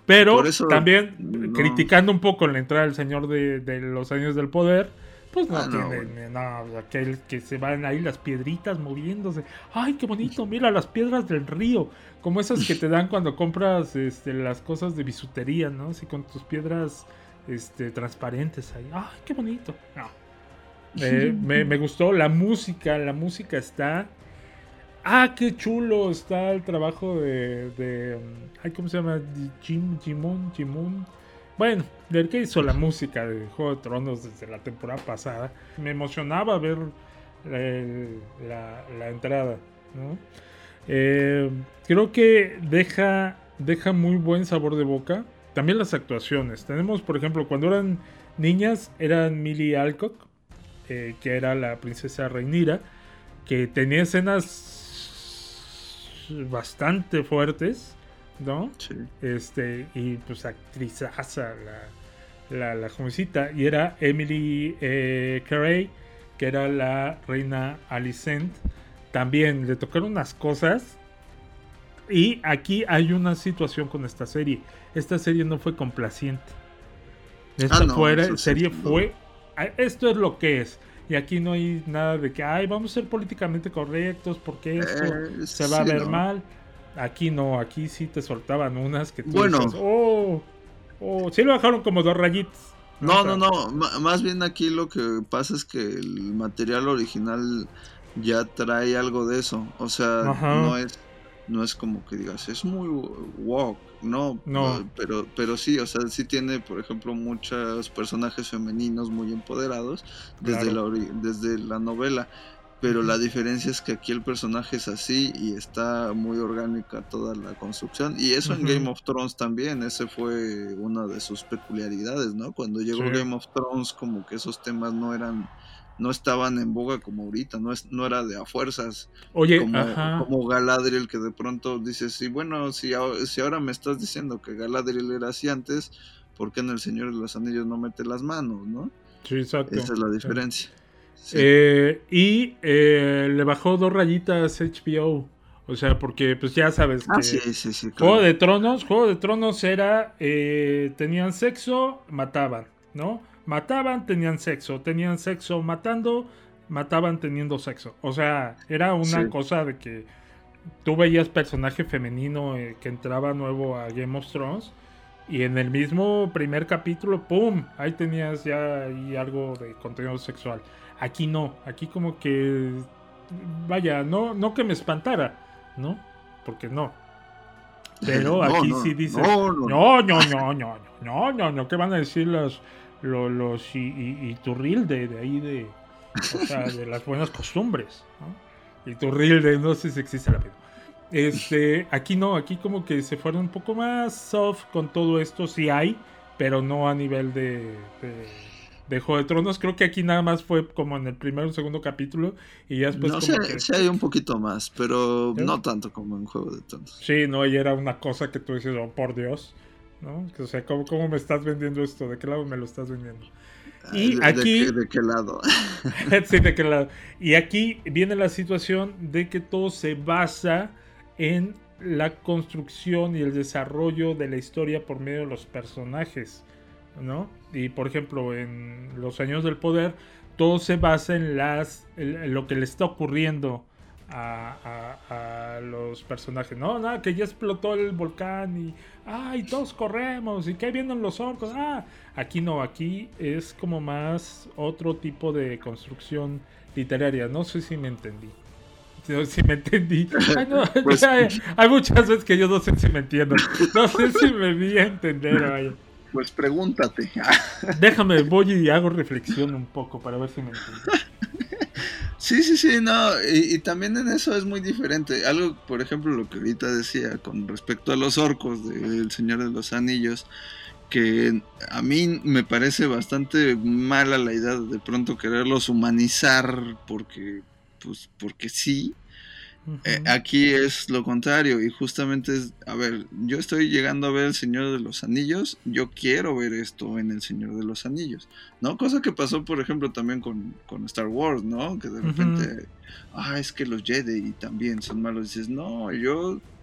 Pero eso, también, no. criticando un poco la entrada del Señor de, de los Anillos del Poder, pues no ah, tiene no, no, aquel que se van ahí las piedritas moviéndose. ¡Ay, qué bonito! Mira las piedras del río. Como esas que te dan cuando compras este, las cosas de bisutería, ¿no? Así con tus piedras este, transparentes ahí. ¡Ay, qué bonito! No. Eh, me, me gustó la música. La música está... ¡Ah, qué chulo! Está el trabajo de... de ay, ¿cómo se llama? Jim, Jimon, Jimon. Bueno, del que hizo la música de Juego de Tronos desde la temporada pasada. Me emocionaba ver eh, la, la entrada, ¿no? Eh, creo que deja, deja muy buen sabor de boca. También las actuaciones. Tenemos, por ejemplo, cuando eran niñas, eran Millie Alcock, eh, que era la princesa Rhaenyra, que tenía escenas bastante fuertes, ¿no? Sí. Este, y pues actrizaza la, la, la jovencita. Y era Emily eh, Carey, que era la reina Alicent. También le tocaron unas cosas. Y aquí hay una situación con esta serie. Esta serie no fue complaciente. Esta ah, no, fuera, serie sí, fue... Esto es lo que es. Y aquí no hay nada de que, ay, vamos a ser políticamente correctos porque esto eh, se va a sí, ver no. mal. Aquí no, aquí sí te soltaban unas que tú bueno. dices, oh, oh, sí lo bajaron como dos rayitas. No, o sea, no, no, M- más bien aquí lo que pasa es que el material original ya trae algo de eso. O sea, Ajá. no es no es como que digas, es muy woke, no, no. pero pero sí, o sea, sí tiene, por ejemplo, muchos personajes femeninos muy empoderados desde Claro. la desde la novela, pero Ujú. la diferencia es que aquí el personaje es así y está muy orgánica toda la construcción, y eso Ujú. en Game of Thrones también, ese fue una de sus peculiaridades, ¿no? Cuando llegó Sí. Game of Thrones, como que esos temas no eran no estaban en boga como ahorita, no es no era de a fuerzas. Oye, como, ajá. como Galadriel, que de pronto dices, sí, bueno, si, ahora- si ahora me estás diciendo que Galadriel era así antes, ¿por qué en El Señor de los Anillos no mete las manos, no? Sí, exacto. Esa es la diferencia. Sí. Eh, y eh, le bajó dos rayitas H B O. O sea, porque pues ya sabes Ah, que sí, sí, sí, Juego claro. de Tronos, Juego de Tronos era eh, tenían sexo, mataban, ¿no? Mataban, tenían sexo, tenían sexo matando, mataban teniendo sexo. O sea, era una Sí. cosa de que tú veías personaje femenino eh, que entraba nuevo a Game of Thrones y en el mismo primer capítulo, ¡pum! Ahí tenías ya ahí algo de contenido sexual. Aquí no, aquí como que, vaya, no, no que me espantara, ¿no? Porque no. Pero No, aquí no, sí dices, no, no. no, no, no, no, no, no, no, ¿qué van a decir los, los, los y, y, y Turrilde de ahí de, o sea, de las buenas costumbres, ¿no? Y Turrilde, no sé si existe la vida. Este, aquí no, aquí como que se fueron un poco más soft con todo esto, sí hay, pero no a nivel de, de, de Juego de Tronos. Creo que aquí nada más fue como en el primer o segundo capítulo y ya después No, como sí, que... sí hay un poquito más, pero ¿Sí? no tanto como en Juego de Tronos. Sí, no, y era una cosa que tú dices, oh, por Dios, ¿no? O sea, ¿cómo, cómo me estás vendiendo esto? ¿De qué lado me lo estás vendiendo? Y ¿De, aquí... de, qué, ¿De qué lado? sí, de qué lado. Y aquí viene la situación de que todo se basa en la construcción y el desarrollo de la historia por medio de los personajes, ¿no? Y por ejemplo, en Los Años del Poder, todo se basa en las en lo que le está ocurriendo a, a, a los personajes. No, nada, que ya explotó el volcán y ay, todos corremos y que ahí vienen los orcos. Ah, aquí no, aquí es como más otro tipo de construcción literaria. No sé si me entendí. No sé si me entendí. Ay, no, Pues- hay, hay muchas veces que yo no sé si me entiendo. No sé si me vi a entender. Vaya. Pues pregúntate. Déjame, voy y hago reflexión un poco para ver si me entiendo. Sí, sí, sí, no, y, y también en eso es muy diferente. Algo, por ejemplo, lo que ahorita decía con respecto a los orcos del Señor de los Anillos, que a mí me parece bastante mala la idea de, de pronto quererlos humanizar porque, pues, porque sí. Uh-huh. Eh, aquí es lo contrario y justamente es, a ver, yo estoy llegando a ver El Señor de los Anillos, yo quiero ver esto en El Señor de los Anillos, ¿no? Cosa que pasó, por ejemplo, también con, con Star Wars, ¿no? Que de repente, uh-huh. ah, es que los Jedi también son malos, dices, no, yo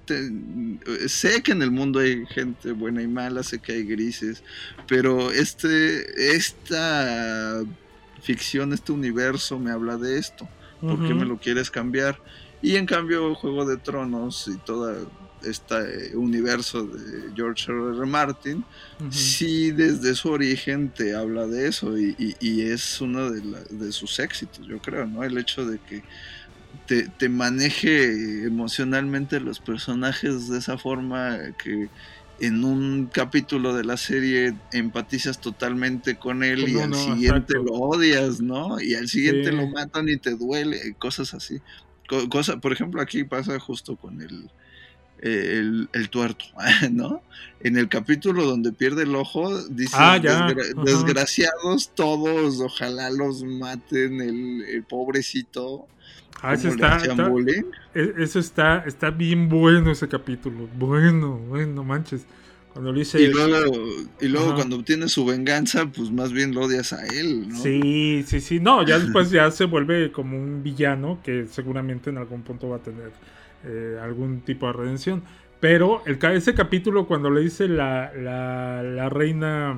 te, sé que en el mundo hay gente buena y mala, sé que hay grises, pero este esta ficción, este universo me habla de esto. ¿Por uh-huh. qué me lo quieres cambiar? Y en cambio Juego de Tronos y todo este universo de George R R. Martin, uh-huh. sí desde su origen te habla de eso, y, y, y es uno de, la, de sus éxitos, yo creo, ¿no? El hecho de que te, te maneje emocionalmente los personajes de esa forma, que en un capítulo de la serie empatizas totalmente con él y al no, siguiente exacto. lo odias, ¿no? Y al siguiente sí. lo matan y te duele, cosas así. Cosa, por ejemplo, aquí pasa justo con el, el, el tuerto, ¿no? En el capítulo donde pierde el ojo, dices, ah, ya. Desgra- desgraciados todos, ojalá los maten, el, el pobrecito. Ah, eso está, está eso está, está bien bueno ese capítulo, bueno, bueno, manches. Cuando le dice, y luego, y luego cuando obtiene su venganza, pues más bien lo odias a él, ¿no? Sí, sí, sí, no, ya después ya se vuelve como un villano que seguramente en algún punto va a tener eh, algún tipo de redención. Pero el, ese capítulo cuando le dice la, la, la reina,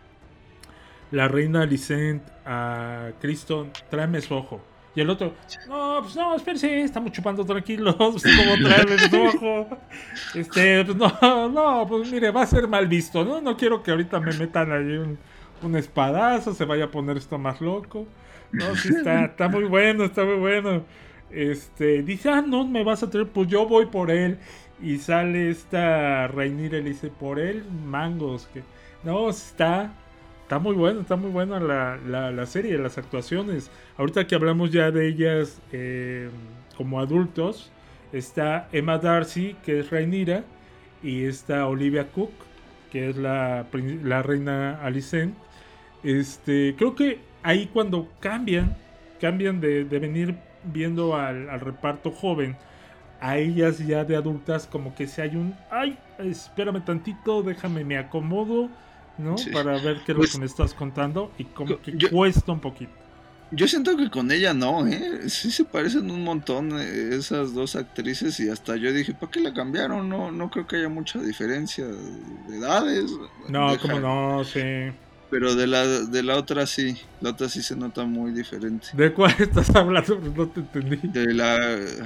la reina Alicent a Criston, tráeme su ojo. Y el otro, no, pues no, espérense, estamos chupando tranquilos, ¿cómo traerle su ojo? Este, pues no, no, pues mire, va a ser mal visto, ¿no? No quiero que ahorita me metan ahí un, un espadazo, se vaya a poner esto más loco. No, sí, está, está muy bueno, está muy bueno. Este, dice, ah, no, me vas a traer, pues yo voy por él. Y sale esta Rhaenyra y le dice, por él, mangos. Que no, está... Está muy bueno, está muy buena la, la, la serie, las actuaciones. Ahorita que hablamos ya de ellas eh, como adultos, está Emma Darcy, que es Rhaenyra, y está Olivia Cook, que es la, la reina Alicent. Este, creo que ahí cuando cambian, cambian de, de venir viendo al, al reparto joven, a ellas ya de adultas, como que si hay un, ay, espérame tantito, déjame, me acomodo, ¿no? Sí. Para ver qué es pues, lo que me estás contando, y como que yo, cuesta un poquito. Yo siento que con ella no, ¿eh? Sí se parecen un montón eh, esas dos actrices, y hasta yo dije, ¿para qué la cambiaron? No, no creo que haya mucha diferencia de edades. No, Deja, como no, sí. Pero de la de la otra sí, la otra sí se nota muy diferente. ¿De cuál estás hablando? No te entendí. De la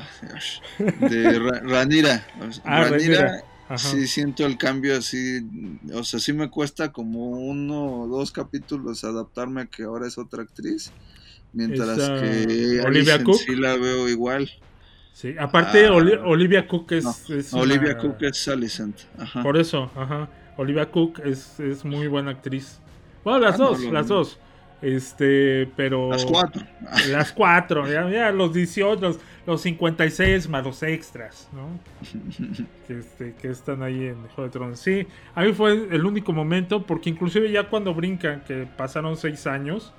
de Ra- Rhaenyra. Ah, Rhaenyra. Ajá. Sí siento el cambio así, o sea, sí me cuesta como uno o dos capítulos adaptarme a que ahora es otra actriz, mientras Esa... que Olivia Cook sí la veo igual. Sí, aparte ah, Oli- Olivia Cook es, no, es Olivia una... Cook es Alicent. Ajá. Por eso, ajá. Olivia Cook es, es muy buena actriz. Bueno, las ah, dos, no, lo, las dos. Este, pero... Las cuatro. Las cuatro, ya, ya los dieciocho, los, los cincuenta y seis más los extras, ¿no? que, este, que están ahí en Juego de Tronos. Sí, a mí fue el único momento, porque inclusive ya cuando brincan, que pasaron seis años,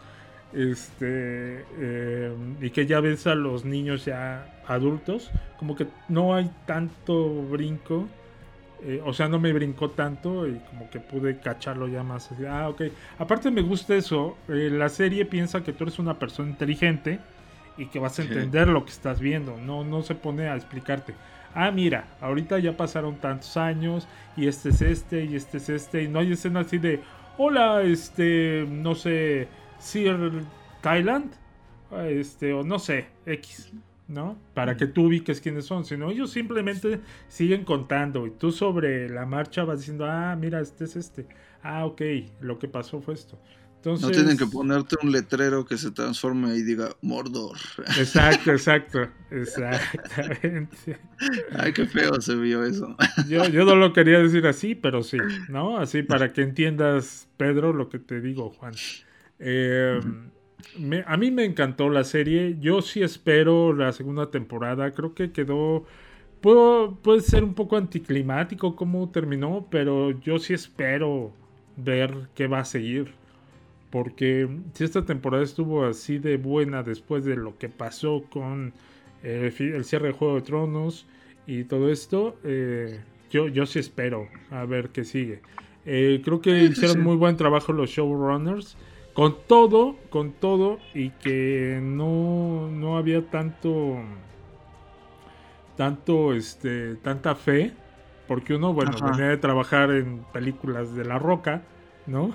este, eh, y que ya ves a los niños ya adultos, como que no hay tanto brinco. Eh, o sea, no me brincó tanto y como que pude cacharlo ya más. Así, ah, ok. Aparte me gusta eso. Eh, la serie piensa que tú eres una persona inteligente y que vas a entender sí. lo que estás viendo. No, no se pone a explicarte. Ah, mira, ahorita ya pasaron tantos años y este es este y este es este. Y no hay escena así de, hola, este, no sé, Sir Thailand, este, o no sé, X. ¿no? Para que tú ubiques quiénes son, sino ellos simplemente siguen contando y tú sobre la marcha vas diciendo, ah, mira, este es este, ah, ok, lo que pasó fue esto. Entonces, no tienen que ponerte un letrero que se transforme y diga Mordor. Exacto, exacto, exactamente. Ay, qué feo se vio eso. Yo, yo no lo quería decir así, pero sí, ¿no? Así para que entiendas, Pedro, lo que te digo, Juan. Eh... Uh-huh. Me, a mí me encantó la serie. Yo sí espero la segunda temporada. Creo que quedó... Puedo, puede ser un poco anticlimático cómo terminó, pero yo sí espero ver qué va a seguir. Porque si esta temporada estuvo así de buena después de lo que pasó con eh, el cierre de Juego de Tronos y todo esto, eh, yo, yo sí espero a ver qué sigue. Eh, creo que hicieron muy buen trabajo los showrunners. Con todo, con todo, y que no, no había tanto tanto, este, tanta fe, porque uno, bueno, Ajá. venía de trabajar en películas de La Roca, ¿no?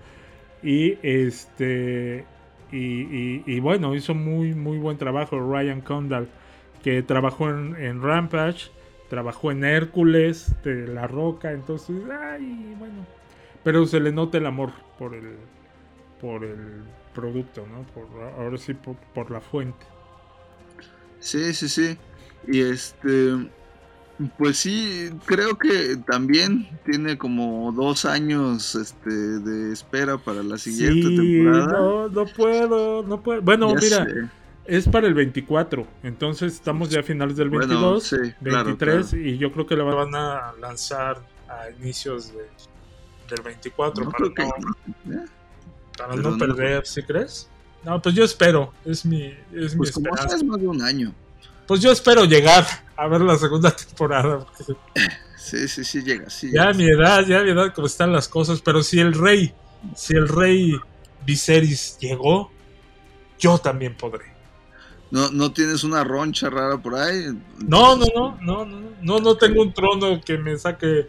y este y, y, y bueno, hizo muy muy buen trabajo Ryan Condal, que trabajó en, en Rampage, trabajó en Hércules de La Roca, entonces, ay, bueno, pero se le nota el amor por el por el producto, ¿no? Por, ahora sí por, por la fuente. Sí, sí, sí. Y este, pues sí, creo que también tiene como dos años este de espera para la siguiente sí, temporada. No, no puedo, no puedo. Bueno, ya mira, sé. Es para el veinticuatro, entonces estamos ya a finales del veintidós, bueno, sí, veintitrés, claro, claro. Y yo creo que la van a lanzar a inicios de, del veinticuatro, no para, no, que, ¿eh? para no perder, no, ¿sí crees? No, pues yo espero, es mi, es pues mi esperanza. Como es más de un año. Pues yo espero llegar a ver la segunda temporada. Porque... Sí, sí, sí llega, sí. Ya a mi edad, ya a mi edad como están las cosas, pero si el rey, si el rey Viserys llegó, yo también podré. ¿No, no tienes una roncha rara por ahí? No, no, no, no, no, no, no tengo un trono que me saque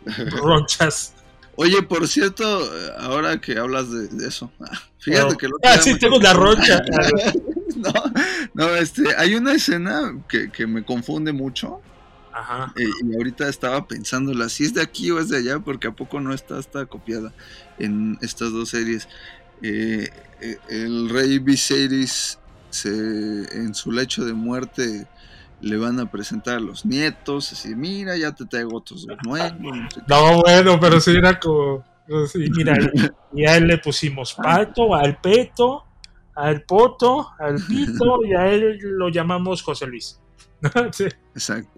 ronchas. Oye, por cierto, ahora que hablas de, de eso, fíjate no. que lo Ah, sí, tengo una roncha. no, no, este, hay una escena que, que me confunde mucho. Ajá. Eh, y ahorita estaba pensándola, si es de aquí o es de allá, porque a poco no está, está copiada en estas dos series. Eh, eh, el rey Viserys se, en su lecho de muerte le van a presentar a los nietos, así, mira, ya te traigo otros dos nuevos. No, sé no bueno, pero sí era como, sí, mira, y a él le pusimos pato, al peto, al poto, al pito, y a él lo llamamos José Luis. Sí. Exacto.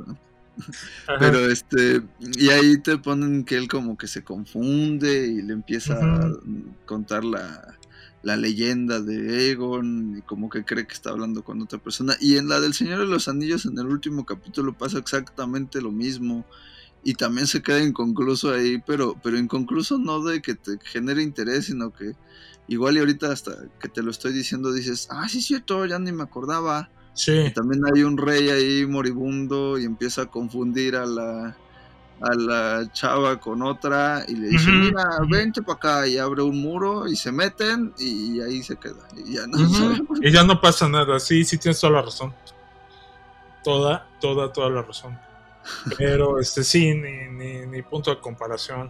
Ajá. Pero este, y ahí te ponen que él como que se confunde y le empieza uh-huh. a contar la, la leyenda de Aegon y como que cree que está hablando con otra persona. Y en la del Señor de los Anillos, en el último capítulo, pasa exactamente lo mismo. Y también se queda inconcluso ahí, pero, pero inconcluso no de que te genere interés, sino que igual y ahorita hasta que te lo estoy diciendo dices, ah, sí es cierto, ya ni me acordaba. Sí. Y también hay un rey ahí moribundo y empieza a confundir a la a la chava con otra y le dice, uh-huh. mira, vente para acá, y abre un muro y se meten y ahí se queda y ya no, uh-huh. y ya no pasa nada. Sí, sí tienes toda la razón, toda, toda, toda la razón. Pero este sí, ni, ni, ni punto de comparación.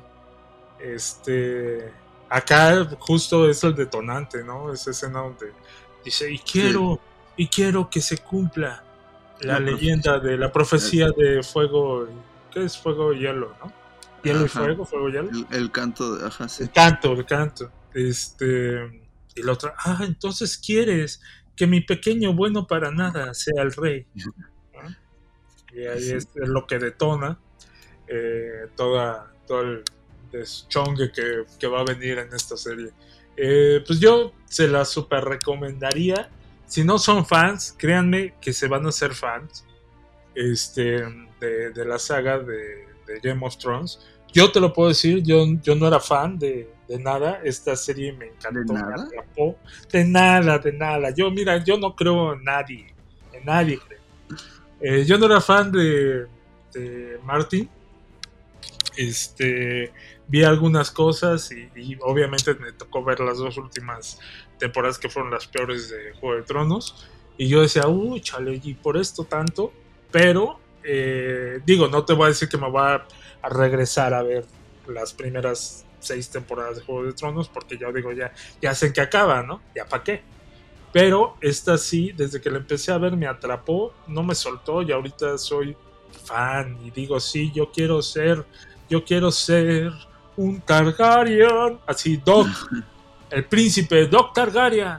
Este acá justo es el detonante, ¿no? Esa escena donde dice, y quiero sí. y quiero que se cumpla la, la leyenda de la profecía de fuego. ¿Qué es fuego y hielo, no? Hielo ajá. y fuego, fuego y hielo. El, el canto, de, ajá, sí. El canto, el canto. Este, y la otra, ah, entonces quieres que mi pequeño bueno para nada sea el rey. ¿No? Y ahí sí. es, es lo que detona eh, toda, todo el deschongue que, que va a venir en esta serie. Eh, pues yo se la super recomendaría. Si no son fans, créanme que se van a hacer fans. Este, de, de la saga de, de Game of Thrones. Yo te lo puedo decir, yo, yo no era fan de, de nada. Esta serie me encantó, me atrapó. De nada, de nada. Yo, mira, yo no creo en nadie. En nadie creo. Eh, yo no era fan de, de Martin. Este, vi algunas cosas y, y obviamente me tocó ver las dos últimas temporadas que fueron las peores de Juego de Tronos. Y yo decía, uy, chale, y por esto tanto. Pero, eh, digo, no te voy a decir que me voy a, a regresar a ver las primeras seis temporadas de Juego de Tronos, porque ya digo, ya, ya sé en qué acaba, ¿no? Ya para qué. Pero esta sí, desde que la empecé a ver, me atrapó, no me soltó, y ahorita soy fan, y digo, sí, yo quiero ser, yo quiero ser un Targaryen, así, Doc, el príncipe, Doc Targaryen.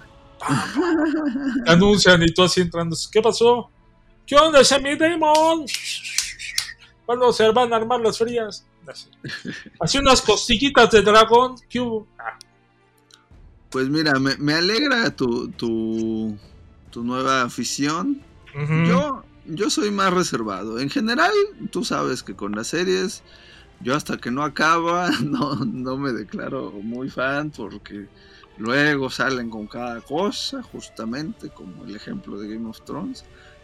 Anuncian y tú así entrando, ¿qué pasó? ¿Qué onda, Semi Damon? ¿Cuándo se van a armar las frías? Así, así unas costillitas de dragón. ¿Qué hubo? Ah. Pues mira, me, me alegra tu, tu, tu nueva afición. Uh-huh. Yo, yo soy más reservado. En general, tú sabes que con las series, yo hasta que no acaba, no, no me declaro muy fan porque luego salen con cada cosa, justamente como el ejemplo de Game of Thrones.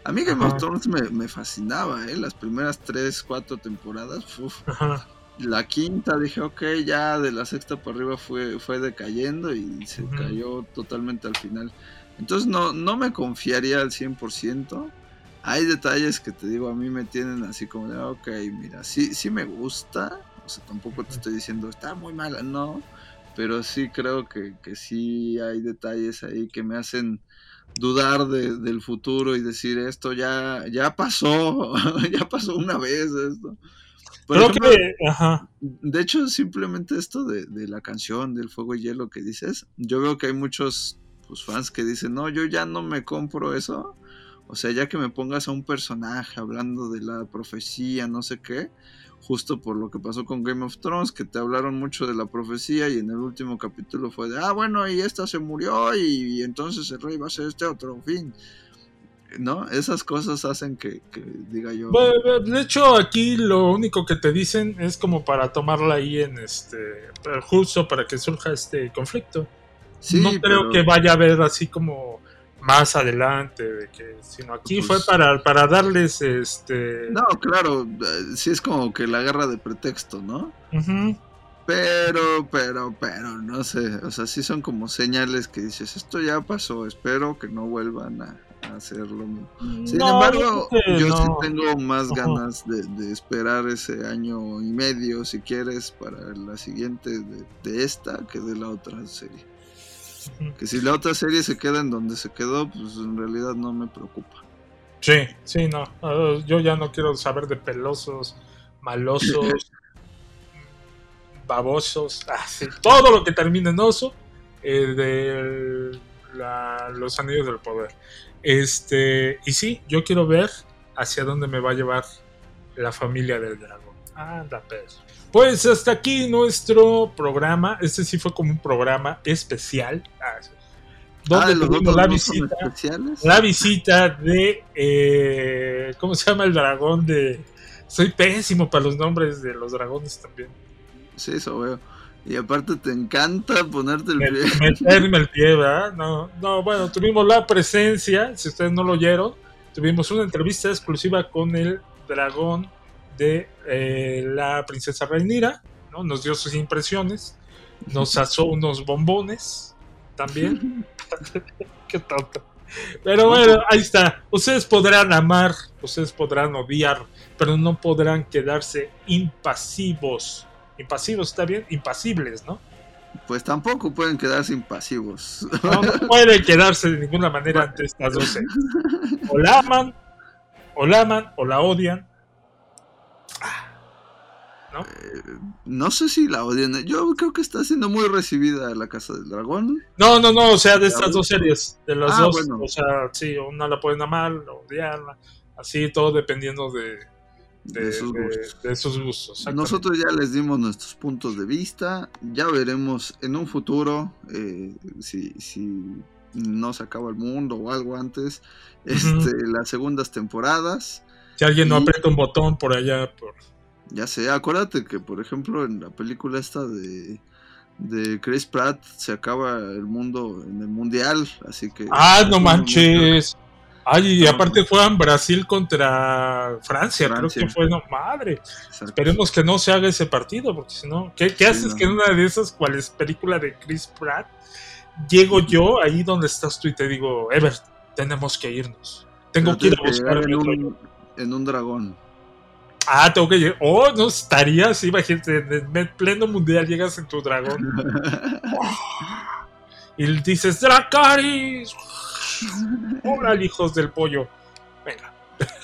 A mí Game of Thrones me, me fascinaba, ¿eh? Las primeras tres, cuatro temporadas, uf. Ajá. La quinta dije, ok, ya de la sexta para arriba fue, fue decayendo y se uh-huh. cayó totalmente al final. Entonces no, no me confiaría al cien por ciento. Hay detalles que te digo, a mí me tienen así como de, ok, mira, sí, sí me gusta. O sea, tampoco te estoy diciendo, está muy mala, no. Pero sí creo que, que sí hay detalles ahí que me hacen dudar de, del futuro y decir, esto ya, ya pasó, ya pasó una vez esto. Por Creo ejemplo, que, ajá. De hecho, simplemente esto de, de la canción del Fuego y Hielo que dices, yo veo que hay muchos pues, fans que dicen, no, yo ya no me compro eso. O sea, ya que me pongas a un personaje hablando de la profecía, no sé qué, justo por lo que pasó con Game of Thrones, que te hablaron mucho de la profecía y en el último capítulo fue de, ah, bueno, y esta se murió y, y entonces el rey va a ser este otro, fin. ¿No? Esas cosas hacen que, que diga yo. Bueno, de hecho, aquí lo único que te dicen es como para tomarla ahí en este, justo para que surja este conflicto. Sí, no creo pero... que vaya a haber así como más adelante, de que, sino aquí pues, fue para, para darles este. No, claro, sí es como que la guerra de pretexto, ¿no? Uh-huh. Pero, pero, pero, no sé, o sea, sí son como señales que dices, esto ya pasó, espero que no vuelvan a hacerlo. Sin no, embargo, no, yo no. sí tengo más ganas de, de esperar ese año y medio, si quieres, para la siguiente de, de esta que de la otra serie. Uh-huh. Que si la otra serie se queda en donde se quedó, pues en realidad no me preocupa. Sí, sí, no. Uh, yo ya no quiero saber de pelosos, malosos, babosos, ah, sí, todo lo que termine en oso eh, de la, los Anillos del Poder. Este, y sí, yo quiero ver hacia dónde me va a llevar la familia del dragón. Anda, Pedro. Pues hasta aquí nuestro programa. Este sí fue como un programa especial. Donde ah, tuvimos la visita. La visita de eh, ¿cómo se llama el dragón de? Soy pésimo para los nombres de los dragones también. Sí, eso veo. Y aparte te encanta ponerte el pie. Meterme el pie, ¿verdad? No, no, bueno, tuvimos la presencia, si ustedes no lo oyeron, tuvimos una entrevista exclusiva con el dragón de eh, la princesa Rhaenyra, ¿no? Nos dio sus impresiones, nos asó unos bombones también. Qué tonto. Pero bueno, ahí está. Ustedes podrán amar, ustedes podrán odiar, pero no podrán quedarse impasivos. Impasivos, está bien, impasibles, ¿no? Pues tampoco pueden quedarse impasivos. No, no pueden quedarse de ninguna manera ante estas dos series. O la aman, o la aman, o la odian. ¿No? Eh, no sé si la odian. Yo creo que está siendo muy recibida La Casa del Dragón. No, no, no, o sea, de estas dos series, de las ah, dos. Bueno. O sea, sí, una la pueden amar, odiarla, así, todo dependiendo de. De, de, sus de, de sus gustos. Nosotros ya les dimos nuestros puntos de vista. Ya veremos en un futuro eh, si, si no se acaba el mundo o algo antes, uh-huh. este, las segundas temporadas. Si alguien y, no aprieta un botón por allá por... Ya sé, acuérdate que por ejemplo en la película esta de de Chris Pratt se acaba el mundo en el mundial, así que ah no manches. Ay, y aparte juegan Brasil contra Francia, Francia. Creo que fue, no, madre. Exacto. Esperemos que no se haga ese partido, porque si no, ¿qué, qué sí, haces no. que en una de esas, cual es película de Chris Pratt, llego yo ahí donde estás tú y te digo, Ever, tenemos que irnos. Tengo que ir a buscar en un, en un dragón. Ah, tengo que llegar. Oh, no estaría así, imagínate, en el pleno mundial llegas en tu dragón. Oh, y dices, Dracarys. Hola, hijos del pollo. Venga.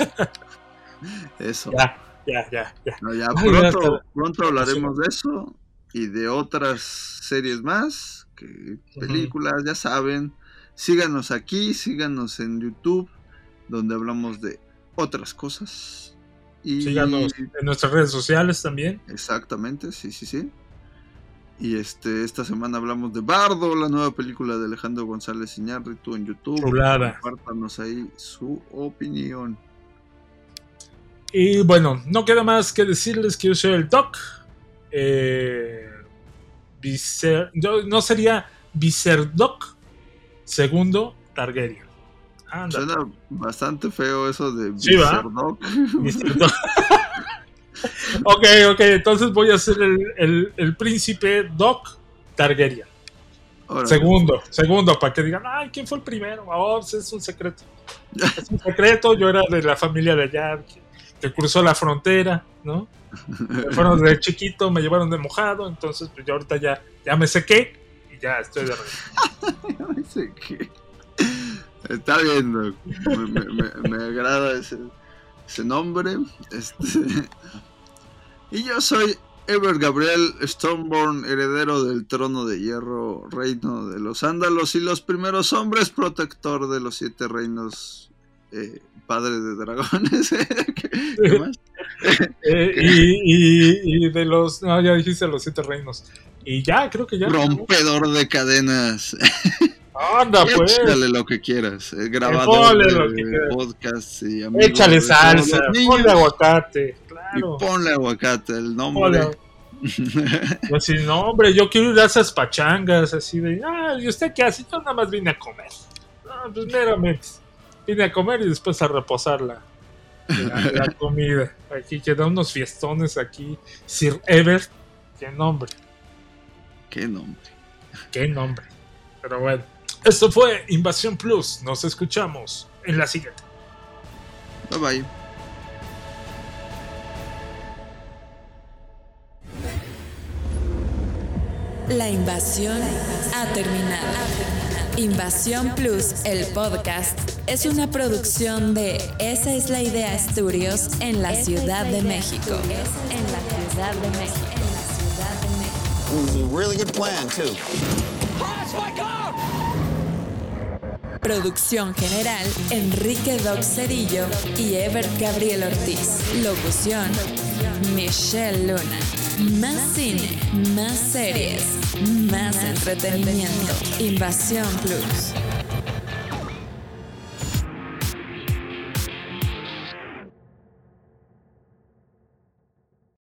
Eso. Ya, ya, ya. ya. No, ya pronto, pronto hablaremos de eso y de otras series más, que películas, uh-huh. ya saben. Síganos aquí, síganos en YouTube, donde hablamos de otras cosas. Y síganos en nuestras redes sociales también. Exactamente, sí, sí, sí. Y este esta semana hablamos de Bardo, la nueva película de Alejandro González Iñárritu en YouTube. Chulada. Compártanos ahí su opinión. Y bueno, no queda más que decirles que yo soy el Doc. Eh, Viser, yo, no sería Viserdoc segundo Targaryen. Anda. Suena bastante feo eso de sí, mister Doc. mister Doc. ok, ok, entonces voy a ser el, el, el príncipe Doc Targaryen. Órale. Segundo, segundo, para que digan, ay, ¿quién fue el primero? Oh, es un secreto. Es un secreto, yo era de la familia de allá, que, que cruzó la frontera, ¿no? Fueron de chiquito, me llevaron de mojado, entonces pues yo ahorita ya, ya me sequé y ya estoy de regreso. Ya me sequé. Está bien, Doc. Me, me, me, me agrada ese, ese nombre. Este... Y yo soy Ever Gabriel Stormborn, heredero del trono de hierro, reino de los Ándalos y los primeros hombres, protector de los siete reinos, eh, padre de dragones. ¿Qué, qué más? eh, y, y, y de los... No, ya dijiste los siete reinos. Y ya, creo que ya. Rompedor de cadenas. Anda, pues. Échale lo que quieras. El grabador de, de podcast y amigos. Échale salsa, ponle aguacate. Claro. Y ponle aguacate, el nombre. Pues si no, hombre, yo quiero ir a esas pachangas así de, ah, ¿y usted qué hace? Yo nada más vine a comer. No, pues meramente. Vine a comer y después a reposar la, la, la comida. Aquí quedan unos fiestones aquí. Sir Ever, qué nombre. Qué nombre. Qué nombre. Pero bueno, esto fue Invasión Plus. Nos escuchamos en la siguiente. Bye bye. La invasión ha terminado. Invasión Plus, el podcast, es una producción de Esa es la Idea Studios en la Ciudad de México. En la Ciudad de México. It was a really good plan, too. Producción general, Enrique Doc Cerillo y Ever Gabriel Ortiz. Locución, Michelle Luna. Más cine, más series, más entretenimiento. Invasión Plus.